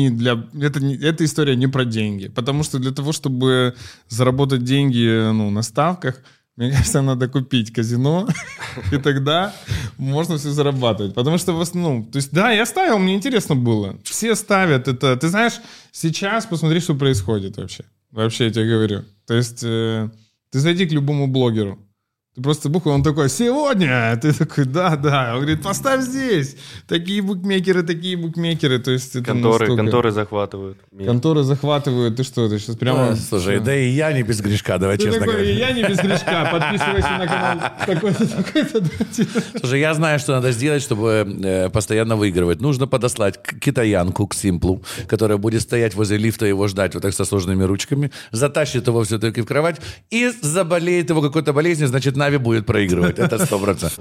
Эта история не про деньги. Потому что для того, чтобы заработать деньги на ставках, мне кажется, надо купить казино, и тогда можно все зарабатывать. Потому что в основном... То есть, да, я ставил, мне интересно было. Все ставят это. Ты знаешь, сейчас посмотри, что происходит вообще. Вообще, я тебе говорю. То есть, ты зайди к любому блогеру. Ты просто бухал, он такой, сегодня! Ты такой, да. Он говорит, поставь здесь. Такие букмекеры. То есть, это Конторы захватывают. мир. Конторы захватывают. Ты что, ты сейчас прямо... Слушай, да и я не без грешка, давай Ты честно такой, говоря. я не без грешка, подписывайся на канал такой-то. Слушай, я знаю, что надо сделать, чтобы постоянно выигрывать. Нужно подослать китаянку к Симплу, которая будет стоять возле лифта и его ждать вот так со сложными ручками, затащит его все-таки в кровать и заболеет его какой-то болезнью, значит, Na'Vi будет проигрывать. Это 100%.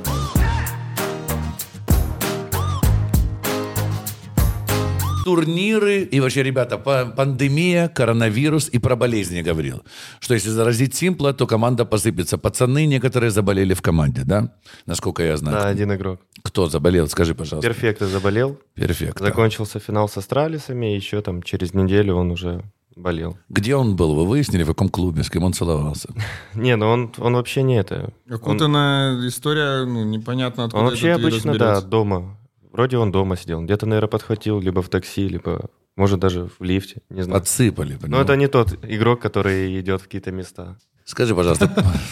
Турниры и вообще, ребята, пандемия, коронавирус и про болезни говорил. Что если заразить Симпла, то команда посыпется. Пацаны некоторые заболели в команде, да? Насколько я знаю. Да, один игрок. Кто заболел? Скажи, пожалуйста. Перфекто заболел. Перфекто. Закончился финал с Астралисами, и еще там через неделю он уже болел. Где он был? Вы выяснили, в каком клубе? С кем он целовался? Не, ну он вообще не это. Окутанная история, непонятно откуда. Он вообще этот вирус обычно, да, берется. дома. Вроде он дома сидел. Где-то, наверное, подхватил, либо в такси, либо, может, даже в лифте. Не знаю. Подсыпали. Но понимаешь? это не тот игрок, который идет в какие-то места. Скажи, пожалуйста,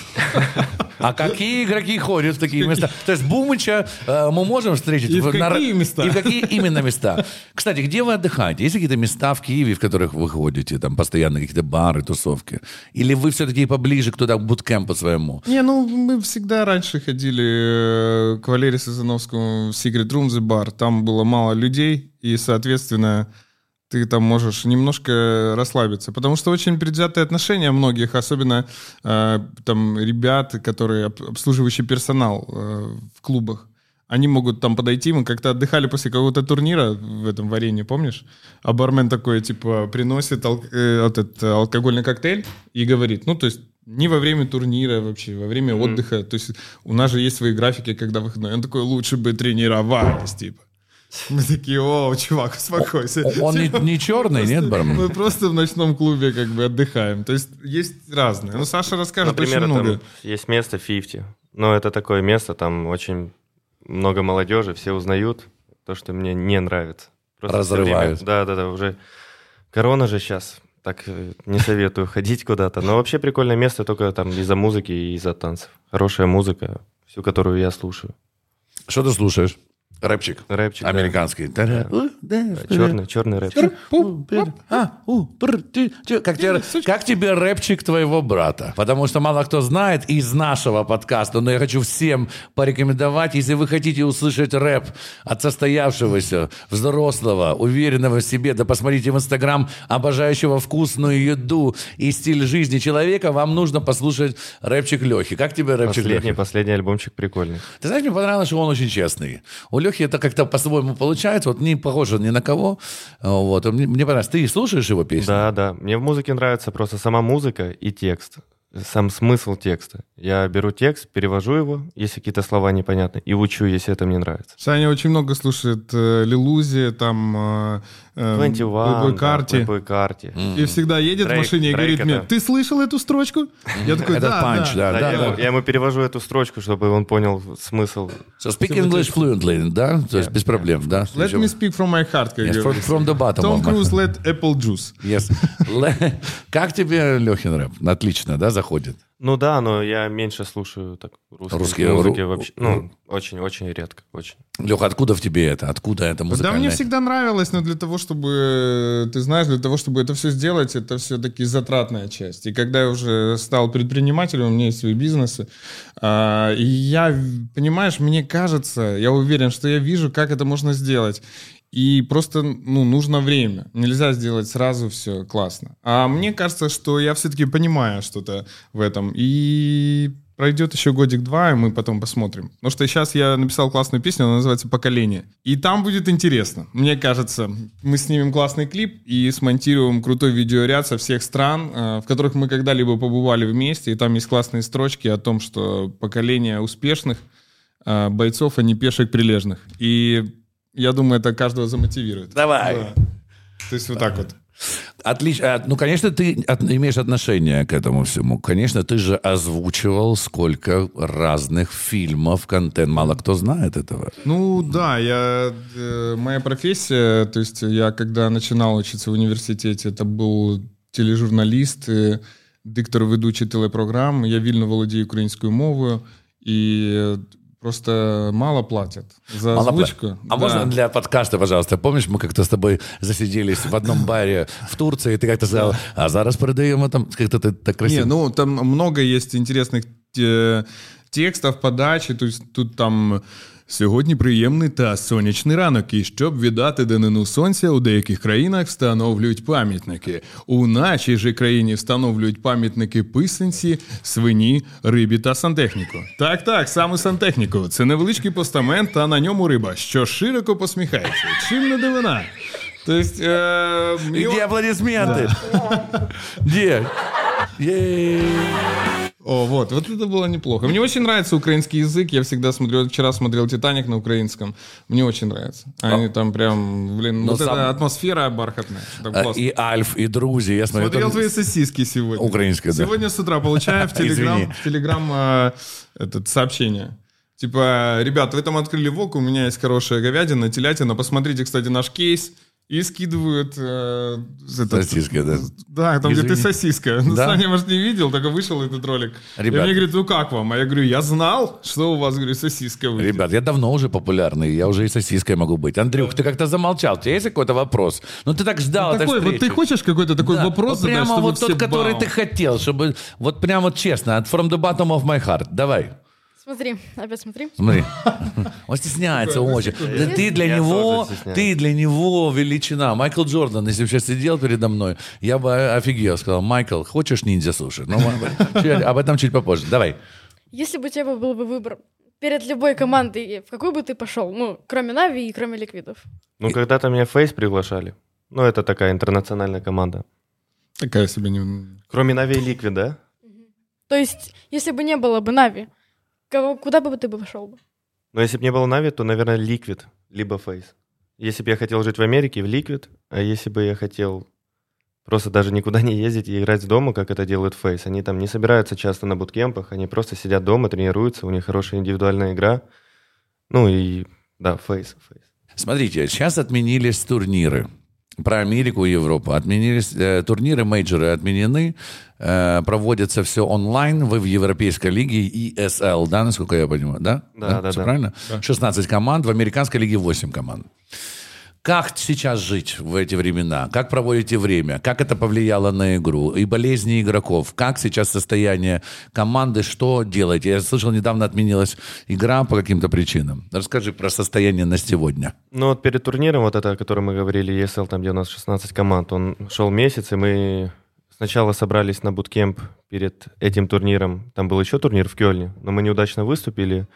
а какие игроки ходят в такие места? То есть Бумыча мы можем встретить? И в какие места? И в какие именно места? Кстати, где вы отдыхаете? Есть какие-то места в Киеве, в которых вы ходите? Там постоянно какие-то бары, тусовки? Или вы все-таки поближе к туда, к буткемпу своему? Не, мы всегда раньше ходили к Валерию Сазановскому в Secret Room The Bar. Там было мало людей, и, соответственно, ты там можешь немножко расслабиться. Потому что очень предвзятые отношения многих, особенно там ребят, которые обслуживающий персонал в клубах. Они могут там подойти, мы как-то отдыхали после какого-то турнира в этом варенье, помнишь? А бармен такой, типа, приносит этот алкогольный коктейль и говорит, то есть не во время турнира вообще, во время отдыха. То есть у нас же есть свои графики, когда выходной. Он такой, лучше бы тренировались, типа. Мы такие, чувак, успокойся. Он не черный, нет, бармен? Мы просто в ночном клубе как бы отдыхаем. То есть есть разные. Ну, Саша расскажет Например, очень много. там есть место 50. Но это такое место, там очень много молодежи, все узнают то, что мне не нравится. Просто Разрывают. всё время- Да, уже. Корона же сейчас. Так не советую ходить куда-то. Но вообще прикольное место только там из-за музыки и из-за танцев. Хорошая музыка, всю которую я слушаю. Что ты слушаешь? Рэпчик. Рэпчик, да. Американский. Черный рэп. Как тебе рэпчик твоего брата? Потому что мало кто знает из нашего подкаста, но я хочу всем порекомендовать, если вы хотите услышать рэп от состоявшегося, взрослого, уверенного в себе, да посмотрите в Инстаграм, обожающего вкусную еду и стиль жизни человека, вам нужно послушать рэпчик Лехи. Как тебе рэпчик Лехи? Последний альбомчик прикольный. Ты знаешь, мне понравилось, что он очень честный. У Лехи это как-то по-своему получается, вот не похоже ни на кого. Вот. Мне понравилось. Ты слушаешь его песни? Да. Мне в музыке нравится просто сама музыка и текст. Сам смысл текста. Я беру текст, перевожу его, если какие-то слова непонятны, и учу, если это мне нравится. Саня очень много слушает Лил Узи, там... 21, Playboy Carti. И всегда едет в машине и говорит мне: ты слышал эту строчку? Я такой: Этот панч, да. Я ему перевожу эту строчку, чтобы он понял смысл. So speak English fluently, да? То есть без проблем, да? Let me speak from my heart, как Yes, говорится. from the bottom Tom of my Cruise let apple juice. Yes. Как тебе Лехин рэп? Отлично, да, заходит? Ну да, но я меньше слушаю так русские музыки вообще. Ну, очень редко, очень. Леха, откуда в тебе это? Откуда это Да музыкальное? мне всегда нравилось, но для того, чтобы, ты знаешь, для того, чтобы это все сделать, это все-таки затратная часть. И когда я уже стал предпринимателем, у меня есть свои бизнесы, и я, понимаешь, мне кажется, я уверен, что я вижу, как это можно сделать. И просто, нужно время. Нельзя сделать сразу все классно. А мне кажется, что я все-таки понимаю что-то в этом. И пройдет еще годик-два, и мы потом посмотрим. Потому что сейчас я написал классную песню, она называется «Поколение». И там будет интересно. Мне кажется, мы снимем классный клип и смонтируем крутой видеоряд со всех стран, в которых мы когда-либо побывали вместе. И там есть классные строчки о том, что поколение успешных бойцов, а не пешек прилежных. И я думаю, это каждого замотивирует. Давай. Да. То есть вот так вот. Отлично. Ну, конечно, ты имеешь отношение к этому всему. Конечно, ты же озвучивал сколько разных фильмов, контент. Мало кто знает этого. Ну да, моя профессия, то есть я когда начинал учиться в університеті, это был тележурналіст, диктор ведучий телепрограм. Я вільно володію українською мовою і просто мало платят за озвучку. А можно для подкаста, пожалуйста, помнишь, мы как-то с тобой засиделись в одном баре в Турции, и ты как-то сказал: а зараз продаем там, как-то ты так красиво. Не, там много есть интересных текстов, подачи, то есть тут там: сьогодні приємний та сонячний ранок, і щоб віддати данину сонця, у деяких країнах встановлюють пам'ятники. У нашій же країні встановлюють пам'ятники писанці, свині, рибі та сантехніку. Так, саме сантехніку. Це невеличкий постамент, а на ньому риба, що широко посміхається. Чим не дивина? То есть... Где аплодисменты? Где? О, вот это было неплохо. Мне очень нравится украинский язык. Я всегда вчера смотрел «Титаник» на украинском. Мне очень нравится. Они там прям, эта атмосфера бархатная. И Альф, и Друзи. Я смотрел твои сосиски сегодня. Украинская, да. Сегодня с утра получаю в Телеграм сообщение. Типа: ребят, вы там открыли ВОК, у меня есть хорошая говядина, телятина. Посмотрите, кстати, наш кейс. И скидывают... Сосиска, да? Да, там где-то сосиска. Да? Саня, может, не видел, только вышел этот ролик. Ребят. И мне говорит: как вам? А я говорю: я знал, что у вас, говорю, сосиска выйдет. Ребят, я давно уже популярный, я уже и сосиской могу быть. Андрюх, ты как-то замолчал, у тебя есть какой-то вопрос? Ты так ждал этой встречи. Вот ты хочешь какой-то такой вопрос задать, прямо чтобы вот все тот, который ты хотел, чтобы... Вот прям вот честно, from the bottom of my heart. Давай. Смотри, опять смотри. Смотри. Он стесняется очень. Да ты для него величина. Майкл Джордан, если бы сейчас сидел передо мной, я бы офигел. Сказал: Майкл, хочешь ниндзя-суши? Об этом чуть попозже. Давай. Если бы у тебя был бы выбор перед любой командой, в какую бы ты пошел? Кроме Нави и кроме Ликвидов. Когда-то меня Фейс приглашали. Это такая интернациональная команда. Такая себе не... Кроме Нави и Ликвид, да? То есть, если бы не было бы Нави, куда бы ты пошел бы? Если бы не было Нави, то, наверное, Ликвид, либо Фейс. Если бы я хотел жить в Америке, в Ликвид, а если бы я хотел просто даже никуда не ездить и играть дома, как это делают Фейс, они там не собираются часто на буткемпах, они просто сидят дома, тренируются, у них хорошая индивидуальная игра. Фейс. Смотрите, сейчас отменились турниры. про Америку и Европу. Отменились турниры, мейджоры отменены. Проводится все онлайн. Вы в Европейской лиге ESL, да, насколько я понимаю, да? Да. Все правильно? Да. 16 команд, в американской лиге 8 команд. Как сейчас жить в эти времена? Как проводите время? Как это повлияло на игру? И болезни игроков? Как сейчас состояние команды? Что делаете? Я слышал, недавно отменилась игра по каким-то причинам. Расскажи про состояние на сегодня. Ну вот перед турниром, вот это, о котором мы говорили, ESL, там где у нас 16 команд, он шел месяц, и мы сначала собрались на буткемп перед этим турниром. Там был еще турнир в Кёльне, но мы неудачно выступили.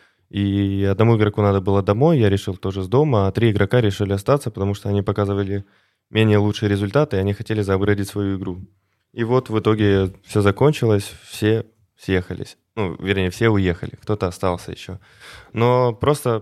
И одному игроку надо было домой, я решил тоже с дома, а 3 игрока решили остаться, потому что они показывали менее лучшие результаты, и они хотели заапгрейдить свою игру. И вот в итоге все закончилось, все съехались. Ну, вернее, все уехали, кто-то остался еще. Но просто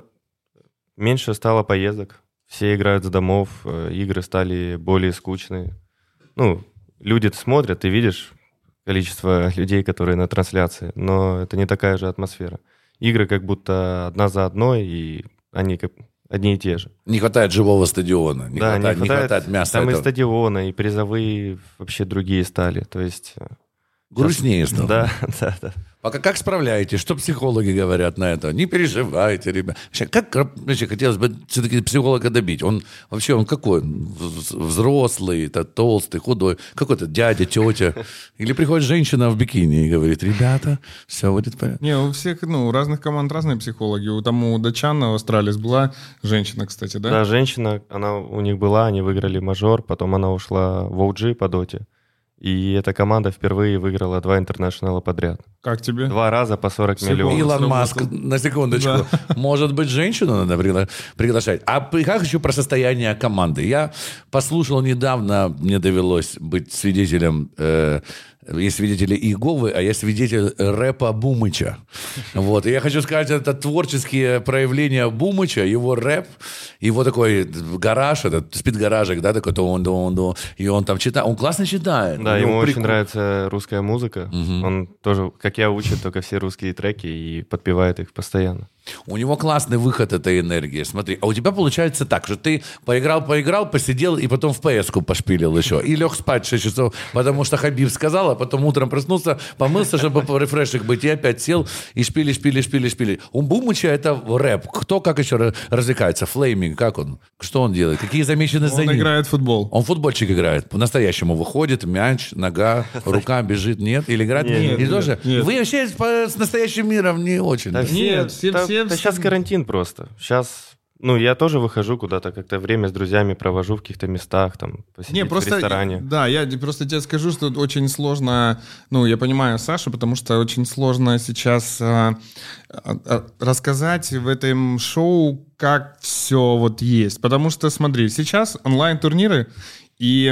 меньше стало поездок, все играют с домов, игры стали более скучные. Ну, люди смотрят, ты видишь количество людей, которые на трансляции, но это не такая же атмосфера. Игры как будто одна за одной, и они как одни и те же. Не хватает живого стадиона, не Да, хватает мяса. Там и этого. стадионы, и призовые вообще другие стали. То есть... Грустнее стало. Да. Пока как справляетесь? Что психологи говорят на это? Не переживайте, ребят. Вообще, хотелось бы все-таки психолога добить. Он какой? Взрослый, толстый, худой. Какой-то дядя, тетя. Или приходит женщина в бикини и говорит: ребята, все будет в порядке. Не, у всех, у разных команд разные психологи. У датчан в Астралис была женщина, кстати, да? Да, женщина, она у них была, они выиграли мажор, потом она ушла в OG по доте. И эта команда впервые выиграла 2 интернешнала подряд. Как тебе? 2 раза по 40 миллионов. Илон Маск, на секундочку. Может быть, женщину надо приглашать. А как еще про состояние команды? Я послушал недавно, мне довелось быть свидетелем, есть свидетели Иеговы, а есть свидетель рэпа Бумыча. Вот. И я хочу сказать, это творческие проявления Бумыча, его рэп, его такой гараж, этот спидгаражик, да, такой, и он там читает, он классно читает. Да, ему очень нравится русская музыка. Угу. Он тоже, как я, учит только все русские треки и подпевает их постоянно. У него классный выход этой энергии. Смотри, а у тебя получается так, что ты поиграл, посидел и потом в PS-ку пошпилил еще. И лег спать 6 часов, потому что Хабиб сказал, а потом утром проснулся, помылся, чтобы по рефрешик быть, и опять сел и шпили. У Бумыча это рэп. Кто как еще развлекается? Флейминг, как он? Что он делает? Какие замечены за ним? Он играет в футбол. Он футбольчик играет. По-настоящему выходит, мяч, нога, рука бежит. Нет? Или играет? Нет, И тоже? нет. Вы вообще с настоящим миром не очень. Да да? Нет, все- сейчас карантин просто. Сейчас, я тоже выхожу куда-то, как-то время с друзьями провожу в каких-то местах, там, посидеть в ресторане. Да, я просто тебе скажу, что очень сложно, я понимаю Сашу, потому что очень сложно сейчас рассказать в этом шоу, как все вот есть. Потому что, смотри, сейчас онлайн-турниры, и,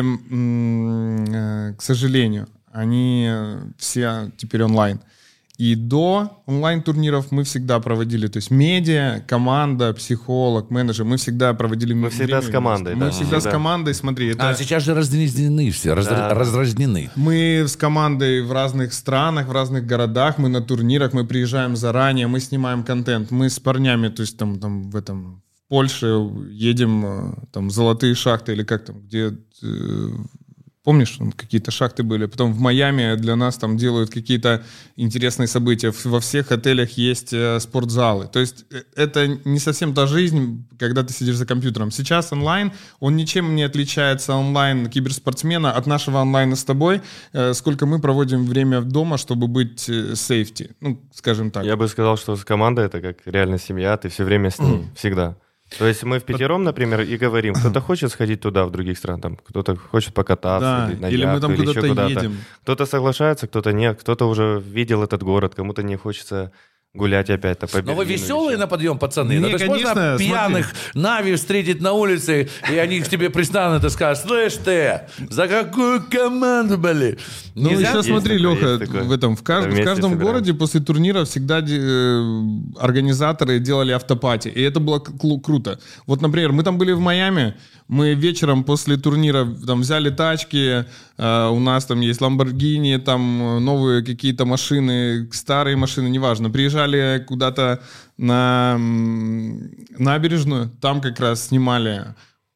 к сожалению, они все теперь онлайн. И до онлайн-турниров мы всегда проводили, то есть медиа, команда, психолог, менеджер, мы всегда проводили... Мы всегда с командой, Мы да. всегда с Всегда. командой, смотри, это... А сейчас же разнесены все, Да. разразнены. Мы с командой в разных странах, в разных городах, мы на турнирах, мы приезжаем заранее, мы снимаем контент, мы с парнями, то есть там в Польше едем, там золотые шахты или как там, где... Помнишь, там какие-то шахты были? Потом в Майами для нас там делают какие-то интересные события. Во всех отелях есть спортзалы. То есть это не совсем та жизнь, когда ты сидишь за компьютером. Сейчас онлайн, он ничем не отличается онлайн киберспортсмена от нашего онлайна с тобой. Сколько мы проводим время дома, чтобы быть сейфти, скажем так. Я бы сказал, что команда — это как реально семья, ты все время с ней, всегда. То есть мы впятером, например, и говорим, кто-то хочет сходить туда, в других стран, там, кто-то хочет покататься, Да, или на или мы яхту, там или еще куда-то куда-то. едем. Кто-то соглашается, кто-то нет, кто-то уже видел этот город, кому-то не хочется гулять опять-то по Но вы Берлину веселые или на подъем, пацаны? Не, Ну, то есть можно конечно, пьяных Нави встретить на улице, и они к тебе пристанут и скажут: слышь ты, за какую команду, блин? Нельзя? Еще Есть смотри, такое, Леха, есть такое. в каждом Вместе собираемся. городе после турнира всегда организаторы делали автопати, и это было круто. Вот, например, мы там были в Майами, мы вечером после турнира там взяли тачки, у нас там есть Lamborghini, там новые какие-то машины, старые машины, неважно. Приезжали куда-то на набережную, там как раз снимали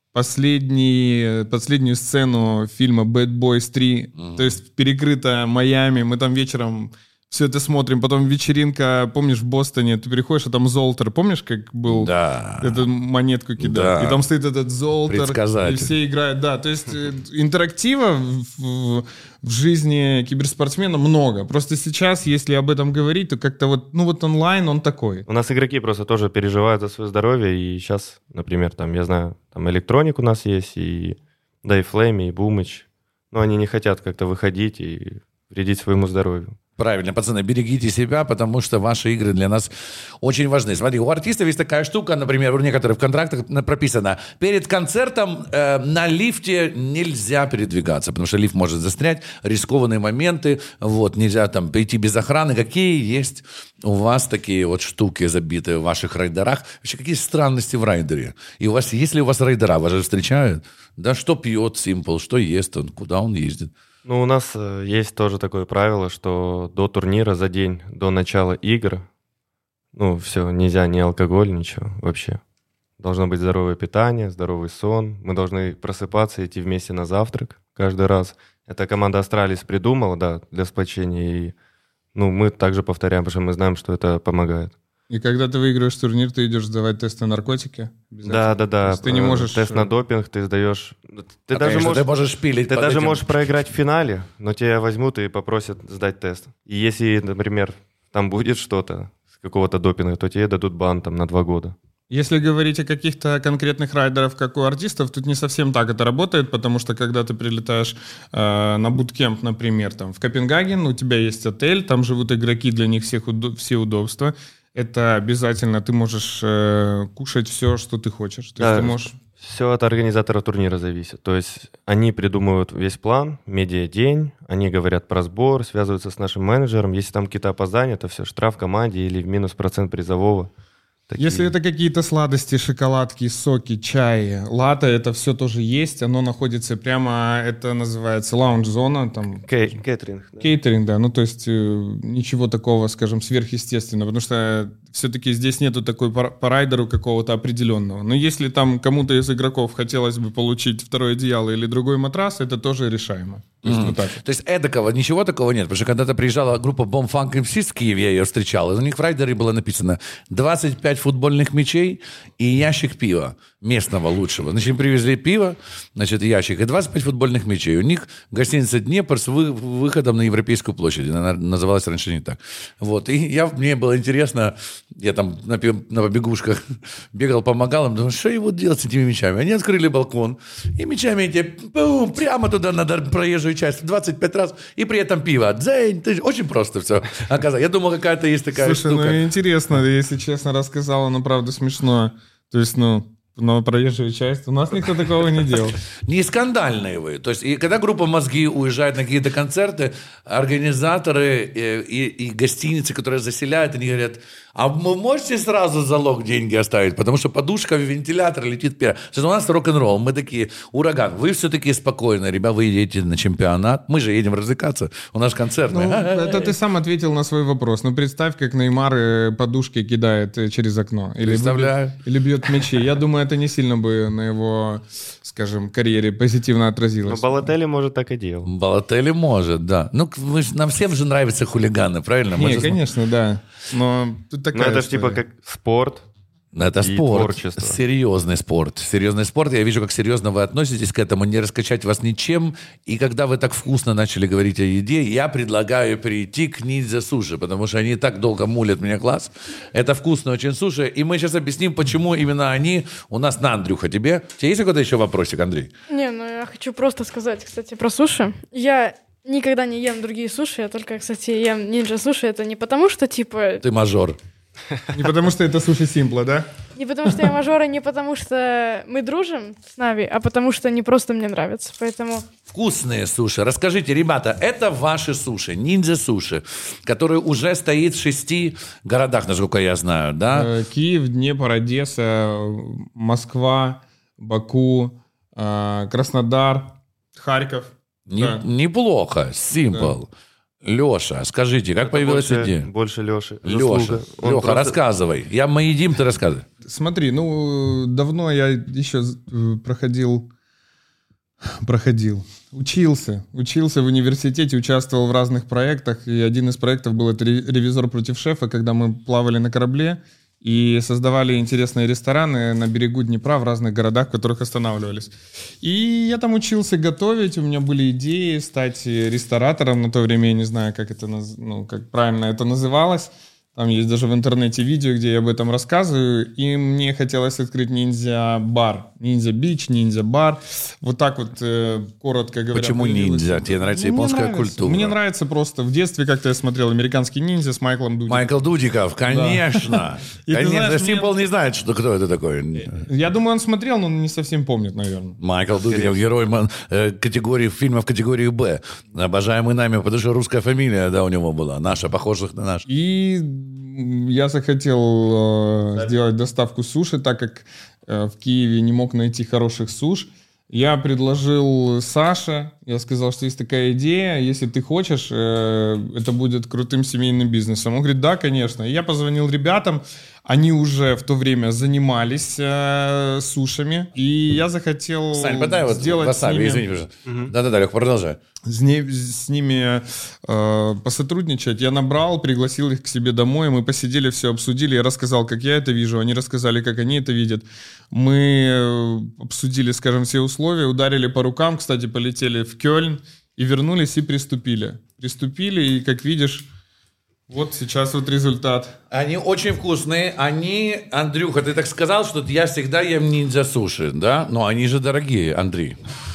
последнюю сцену фильма «Bad Boys 3», то есть перекрыто Майами, мы там вечером все это смотрим, потом вечеринка, помнишь, в Бостоне, ты приходишь, а там Золтер, помнишь, как был? Да. Эту монетку кидают, Да. и там стоит этот Золтер, Предсказатель. и все играют, да, то есть интерактива в жизни киберспортсмена много, просто сейчас, если об этом говорить, то как-то вот онлайн он такой. У нас игроки просто тоже переживают за свое здоровье, и сейчас, например, там, я знаю, там Электроник у нас есть, и Flame, и Boomich, но они не хотят как-то выходить и вредить своему здоровью. Правильно, пацаны, берегите себя, потому что ваши игры для нас очень важны. Смотри, у артистов есть такая штука, например, у некоторых в контрактах прописано, перед концертом на лифте нельзя передвигаться, потому что лифт может застрять, рискованные моменты, вот, нельзя там прийти без охраны. Какие есть у вас такие вот штуки, забитые в ваших райдерах? Вообще, какие странности в райдере? И у вас, если у вас райдера, вас же встречают? Да, что пьет Simple, что ест он, куда он ездит? Ну, у нас есть тоже такое правило, что до турнира, за день до начала игр, все, нельзя ни алкоголь, ничего вообще. Должно быть здоровое питание, здоровый сон. Мы должны просыпаться, идти вместе на завтрак каждый раз. Это команда Астралис придумала, да, для сплочения. И, мы также повторяем, потому что мы знаем, что это помогает. И когда ты выигрываешь турнир, ты идешь сдавать тест на наркотики? Да. То есть ты не можешь... Тест на допинг ты сдаешь. Ты Конечно, ты можешь шпилить. Ты под даже этим. можешь проиграть в финале, но тебя возьмут и попросят сдать тест. И если, например, там будет что-то с какого-то допинга, то тебе дадут бан там на 2 года. Если говорить о каких-то конкретных райдерах, как у артистов, тут не совсем так это работает, потому что когда ты прилетаешь на буткемп, например, там, в Копенгаген, у тебя есть отель, там живут игроки, для них все удобства. Это обязательно, ты можешь кушать все, что ты хочешь. То есть ты можешь... Все от организатора турнира зависит. То есть они придумывают весь план, медиа-день, они говорят про сбор, связываются с нашим менеджером. Если там какие-то опоздания, то все, штраф команде или в минус процент призового. Такие. Если это какие-то сладости, шоколадки, соки, чай, латте, это все тоже есть. Оно находится прямо, это называется лаунж-зона. Там, Кейтеринг. Да. Кейтеринг, да. То есть ничего такого, скажем, сверхъестественного. Потому что все-таки здесь нету такой по райдеру какого-то определенного. Но если там кому-то из игроков хотелось бы получить второе одеяло или другой матрас, это тоже решаемо. То есть, вот так. То есть эдакого, ничего такого нет. Потому что когда-то приезжала группа Bomb Funk MCs в Киеве, я ее встречал, и у них в райдере было написано 25 футбольных мячей и ящик пива местного лучшего. Значит, им привезли пиво, значит, ящик, и 25 футбольных мячей. У них гостиница «Днепр» с выходом на Европейскую площадь. Она называлась раньше не так. Вот. И мне было интересно, я там на побегушках бегал, помогал им, думаю, что его делать с этими мячами? Они открыли балкон, и мячами эти прямо туда на проезжую часть 25 раз, и при этом пиво. Дзень, очень просто все оказалось. Я думал, какая-то есть такая Слушай, штука. интересно, если честно рассказал, оно правда смешно. То есть, на проезжую часть у нас никто такого не делал. Не скандальные вы. То есть, и когда группа «Мозги» уезжает на какие-то концерты, организаторы и гостиницы, которые заселяют, они говорят, а вы можете сразу залог деньги оставить? Потому что подушка в вентилятор летит вперед. У нас рок-н-ролл, мы такие, ураган. Вы все-таки спокойно, ребята, вы едете на чемпионат, мы же едем развлекаться, у нас концертный. Это ты сам ответил на свой вопрос. Представь, как Неймар подушки кидает через окно. Представляю. Или бьет мячи. Я думаю, это не сильно бы на его, скажем, карьере позитивно отразилось. Но Балотелли, может, так и делал. Балотелли может, да. Нам всем же нравятся хулиганы, правильно? Конечно, да. Но тут такая Но это же история. типа как спорт. Это И спорт, творчество. серьезный спорт. Серьезный спорт. Я вижу, как серьезно вы относитесь к этому, не раскачать вас ничем. И когда вы так вкусно начали говорить о еде, я предлагаю перейти к ниндзя суши, потому что они так долго мулят меня класс. Это вкусно очень суши. И мы сейчас объясним, почему именно они у нас на Андрюха. У тебя есть какой-то еще вопросик, Андрей? Не, я хочу просто сказать, кстати, про суши. Я никогда не ем другие суши, я только, кстати, ем ниндзя-суши. Это не потому, что, типа... Ты мажор. Не потому что это суши Симпла, да? Не потому, что я мажор, и не потому, что мы дружим с Нави, а потому, что они просто мне нравятся. Поэтому... Вкусные суши. Расскажите, ребята, это ваши суши, ниндзя-суши, который уже стоит в 6 городах, насколько я знаю, да? Киев, Днепр, Одесса, Москва, Баку, Краснодар, Харьков. Да. Неплохо, Simple. Леша, скажите, как появилась идея? Больше Леши. Леша, Леха, рассказывай. Мы едим, ты рассказывай. Смотри, давно я еще учился в университете, участвовал в разных проектах, и один из проектов был это «Ревизор против шефа», когда мы плавали на корабле и создавали интересные рестораны на берегу Днепра в разных городах, в которых останавливались. И я там учился готовить, у меня были идеи стать ресторатором, на то время я не знаю, как как правильно это называлось. Там есть даже в интернете видео, где я об этом рассказываю. И мне хотелось открыть ниндзя-бар. Ниндзя-бич, ниндзя-бар. Вот так вот, коротко говоря. Почему ниндзя? Тебе нравится японская культура? Мне нравится просто. В детстве как-то я смотрел «Американский ниндзя» с Майклом Дудиком. Майкл Дудиков, конечно. Конечно, Симпл не знает, кто это такой. Я думаю, он смотрел, но не совсем помнит, наверное. Майкл Дудиков, герой фильмов категории «Б». Обожаемый нами, потому что русская фамилия, да, у него была. Наша, похожих на нашу. И я захотел сделать доставку суши, так как в Киеве не мог найти хороших суш. Я предложил Саше, я сказал, что есть такая идея, если ты хочешь, это будет крутым семейным бизнесом. Он говорит, да, конечно. И я позвонил ребятам, они уже в то время занимались сушами, и я захотел Сань, подай сделать васаби, с ними... извини, пожалуйста. Да-да-да, Лех, продолжай. С ними посотрудничать. Я набрал, пригласил их к себе домой, мы посидели, все обсудили, я рассказал, как я это вижу, они рассказали, как они это видят. Мы обсудили, скажем, все условия, ударили по рукам, кстати, полетели в Кёльн и вернулись и приступили. Приступили, и, как видишь, вот сейчас вот результат. Они очень вкусные. Андрюха, ты так сказал, что я всегда ем ниндзя-суши, да? Но они же дорогие, Андрей.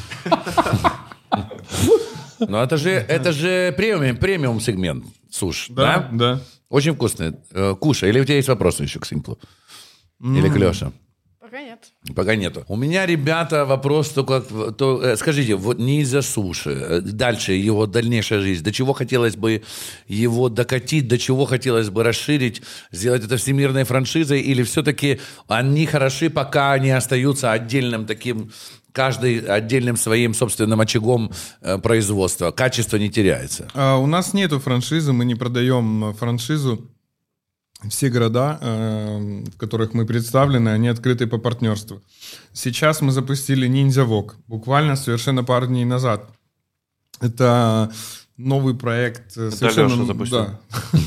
Но это же премиум сегмент суш, да? Да. Очень вкусные. Кушай. Или у тебя есть вопросы еще к Симплу? Или к Леше? Пока нет. Пока нету. У меня, ребята, вопрос только... скажите, вот ниндзя-суши, дальше его дальнейшая жизнь, до чего хотелось бы его докатить, до чего хотелось бы расширить, сделать это всемирной франшизой, или все-таки они хороши, пока они остаются отдельным таким... Каждый отдельным своим собственным очагом производства. Качество не теряется. У нас нету франшизы, мы не продаем франшизу. Все города, в которых мы представлены, они открыты по партнерству. Сейчас мы запустили Ниндзя Вок, буквально совершенно пару дней назад. Это новый проект. Совершенно... Леша запустил. Да.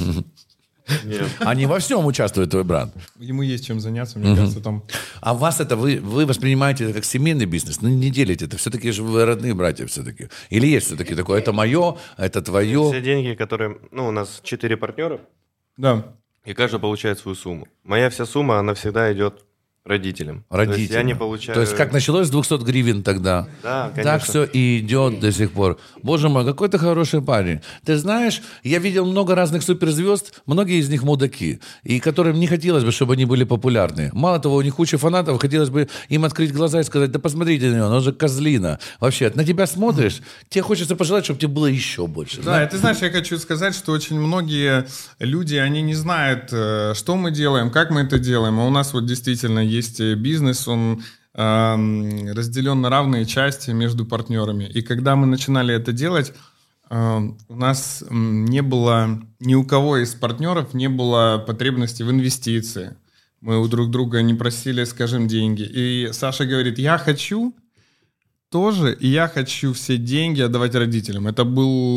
Нет. Они во всем участвуют, твой брат. Ему есть чем заняться, мне кажется, там. А вас это, вы воспринимаете это как семейный бизнес? Ну, не делите это. Все-таки же вы родные братья все-таки. Или есть все-таки такое, это мое, это твое? Все деньги, которые... у нас 4 партнера, Да. и каждый получает свою сумму. Моя вся сумма, она всегда идет родителям. То есть Родителям. я не получаю... То есть как началось с 200 гривен тогда? Да, конечно. Так все и идет до сих пор. Боже мой, какой ты хороший парень. Ты знаешь, я видел много разных суперзвезд, многие из них мудаки, и которым не хотелось бы, чтобы они были популярны. Мало того, у них куча фанатов, хотелось бы им открыть глаза и сказать, да посмотрите на него, он же козлина. Вообще, на тебя смотришь, тебе хочется пожелать, чтобы тебе было еще больше. Да, и ты знаешь, я хочу сказать, что очень многие люди, они не знают, что мы делаем, как мы это делаем. А у нас вот действительно есть бизнес, он разделен на равные части между партнерами. И когда мы начинали это делать, у нас не было, ни у кого из партнеров не было потребности в инвестиции. Мы у друг друга не просили, скажем, деньги. И Саша говорит, я хочу тоже, и я хочу все деньги отдавать родителям. Это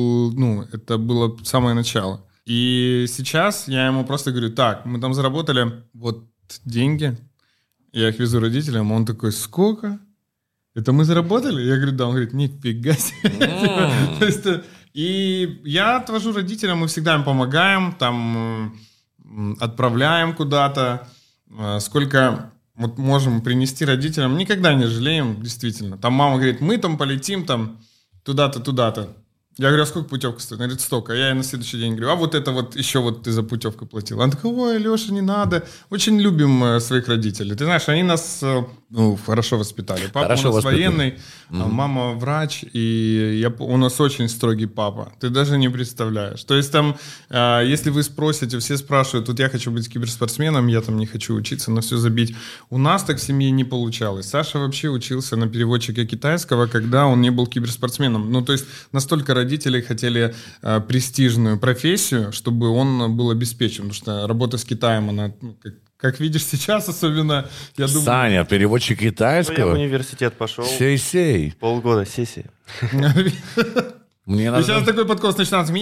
было самое начало. И сейчас я ему просто говорю, так, мы там заработали вот деньги, я их везу родителям, он такой, сколько? Это мы заработали? Я говорю, да. Он говорит, нифига себе. И я отвожу родителям, мы всегда им помогаем, там отправляем куда-то, сколько вот можем принести родителям, никогда не жалеем, действительно. Там мама говорит, мы там полетим там туда-то, туда-то. Я говорю, а сколько путевка стоит? Она говорит, столько. Я ей на следующий день говорю, а вот это вот еще вот ты за путевку платил. Она такая, ой, Леша, не надо. Очень любим своих родителей. Ты знаешь, они нас хорошо воспитали. Папа хорошо у нас воспитали. военный, мама врач, и у нас очень строгий папа. Ты даже не представляешь. То есть там, если вы спросите, все спрашивают, вот я хочу быть киберспортсменом, я там не хочу учиться, на все забить. У нас так в семье не получалось. Саша вообще учился на переводчика китайского, когда он не был киберспортсменом. Ну, то есть настолько родители хотели престижную профессию, чтобы он был обеспечен, потому что работа с Китаем, она, как видишь сейчас особенно, я думаю... Саня, переводчик Ну, я в китайского? университет пошел. Сей-сей. Полгода сессии. Мне И надо... сейчас такой подкост начинается.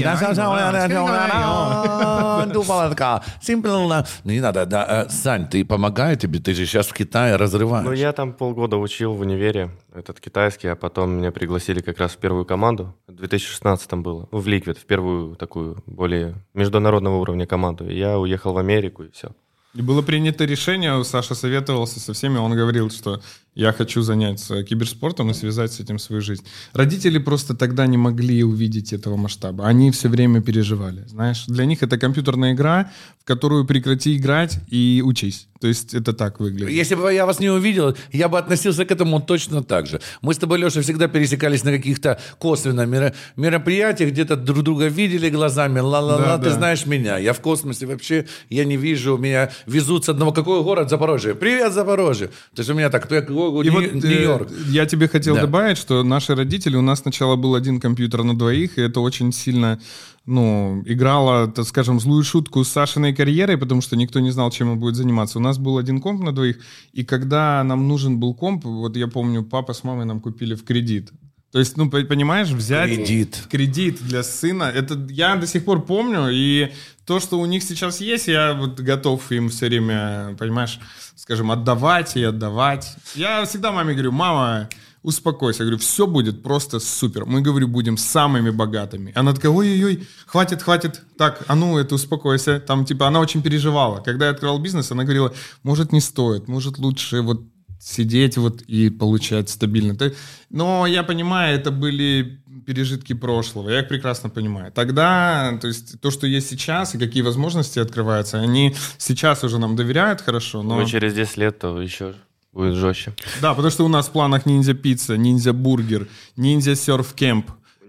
Не надо, да. Сань, ты помогай тебе, ты же сейчас в Китае разрываешь. Ну, я там полгода учил в универе этот китайский, а потом меня пригласили как раз в первую команду. В 2016 было. В Liquid, в первую такую более международного уровня команду. И я уехал в Америку, и все. И было принято решение, Саша советовался со всеми, он говорил, что я хочу заняться киберспортом и связать с этим свою жизнь. Родители просто тогда не могли увидеть этого масштаба. Они все время переживали, знаешь. Для них это компьютерная игра, в которую прекрати играть и учись. То есть это так выглядит. Если бы я вас не увидел, я бы относился к этому точно так же. Мы с тобой, Леша, всегда пересекались на каких-то косвенно мероприятиях, где-то друг друга видели глазами, ла-ла-ла, Да, ты знаешь меня. Я в космосе вообще, я не вижу, меня везут с одного... Какой город? Запорожье. Привет, Запорожье. То есть у меня так, И вот, Нью-Йорк. я тебе хотел Да. добавить, что наши родители, у нас сначала был один компьютер на двоих, и это очень сильно, играло, так скажем, злую шутку с Сашиной карьерой, потому что никто не знал, чем он будет заниматься. У нас был один комп на двоих, и когда нам нужен был комп, вот я помню, папа с мамой нам купили в кредит. То есть, понимаешь, взять кредит для сына, это я до сих пор помню, и то, что у них сейчас есть, я вот готов им все время, понимаешь, скажем, отдавать и отдавать. Я всегда маме говорю: мама, успокойся. Я говорю, все будет просто супер. Мы, говорю, будем самыми богатыми. Она такая: ой-ой-ой, хватит. Так, это успокойся. Там, она очень переживала. Когда я открывал бизнес, она говорила: может, не стоит, может, лучше вот сидеть и получать стабильно. Но я понимаю, это были пережитки прошлого. Я их прекрасно понимаю. Тогда, то есть то, что есть сейчас и какие возможности открываются, они сейчас уже нам доверяют хорошо, но... Ну, через 10 лет то еще будет жестче. Да, потому что у нас в планах ниндзя-пицца, ниндзя-бургер, ниндзя-серф-кемп.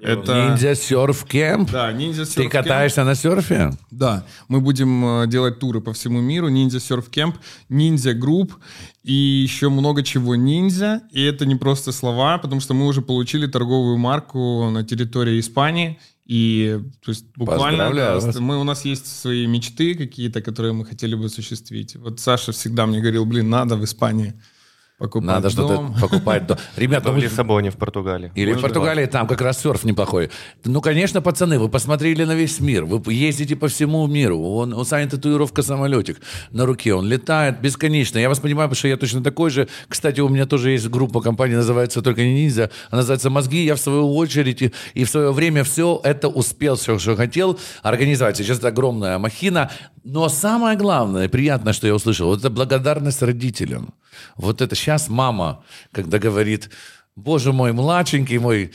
Ниндзя-серф-кемп? Да, ниндзя-серф-кемп. Ты катаешься на серфе? Да, мы будем делать туры по всему миру. Ниндзя-серф-кемп, ниндзя-групп и еще много чего ниндзя. И это не просто слова, потому что мы уже получили торговую марку на территории Испании. И то есть буквально у нас есть свои мечты какие-то, которые мы хотели бы осуществить. Вот Саша всегда мне говорил: надо в Испании покупать Надо дом. что-то покупать. Ребята, В Лиссабоне, в Португалии. Или в Португалии, там как раз серф неплохой. Ну, конечно, пацаны, вы посмотрели на весь мир, вы ездите по всему миру. У Сани татуировка самолетик на руке, он летает бесконечно. Я вас понимаю, потому что я точно такой же. Кстати, у меня тоже есть группа компаний, называется только не ниндзя, она называется «Мозги». Я в свою очередь и в свое время все это успел, все, что хотел организовать. Сейчас это огромная махина. Но самое главное, приятное, что я услышал, это благодарность родителям. Вот это сейчас мама, когда говорит: боже мой, младшенький мой,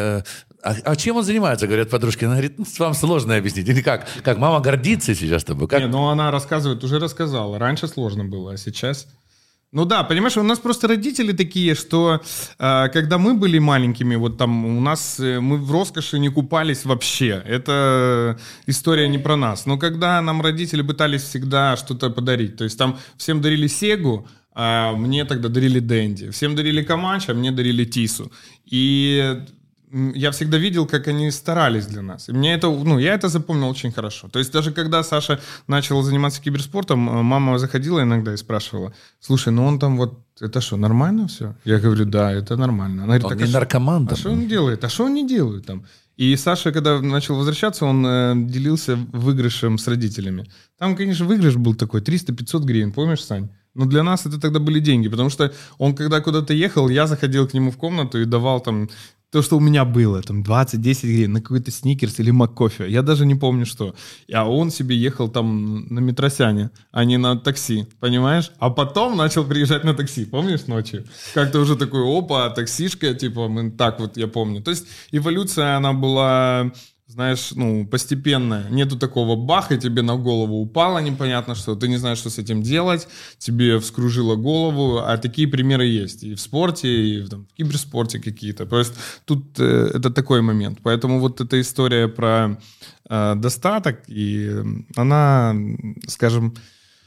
а чем он занимается, говорят подружки. Она говорит: вам сложно объяснить. Или как? Как мама гордится сейчас тобой? Как? Не, она рассказывает, уже рассказала. Раньше сложно было, а сейчас... Ну да, понимаешь, у нас просто родители такие, что когда мы были маленькими, вот там у нас, мы в роскоши не купались вообще. Это история не про нас. Но когда нам родители пытались всегда что-то подарить, то есть там всем дарили Сегу, а мне тогда дарили Дэнди. Всем дарили Камач, а мне дарили Тису. И я всегда видел, как они старались для нас. И мне это, я это запомнил очень хорошо. То есть даже когда Саша начал заниматься киберспортом, мама заходила иногда и спрашивала: слушай, он там это что, нормально все? Я говорю: да, это нормально. Она говорит: Он не наркоман. А что он делает? А что он не делает там? И Саша, когда начал возвращаться, он делился выигрышем с родителями. Там, конечно, выигрыш был такой, 300-500 гривен, помнишь, Сань? Но для нас это тогда были деньги, потому что он, когда куда-то ехал, я заходил к нему в комнату и давал там то, что у меня было, там 20-10 гривен на какой-то сникерс или маккофе. Я даже не помню, что. А он себе ехал там на метросяне, а не на такси, понимаешь? А потом начал приезжать на такси, помнишь, ночью? Как-то уже такой: опа, таксишка, так вот я помню. То есть эволюция, она была... Знаешь, постепенно. Нету такого баха, и тебе на голову упало непонятно что, ты не знаешь, что с этим делать, тебе вскружило голову, а такие примеры есть и в спорте, и в киберспорте какие-то. То есть тут это такой момент. Поэтому вот эта история про достаток, и она, скажем,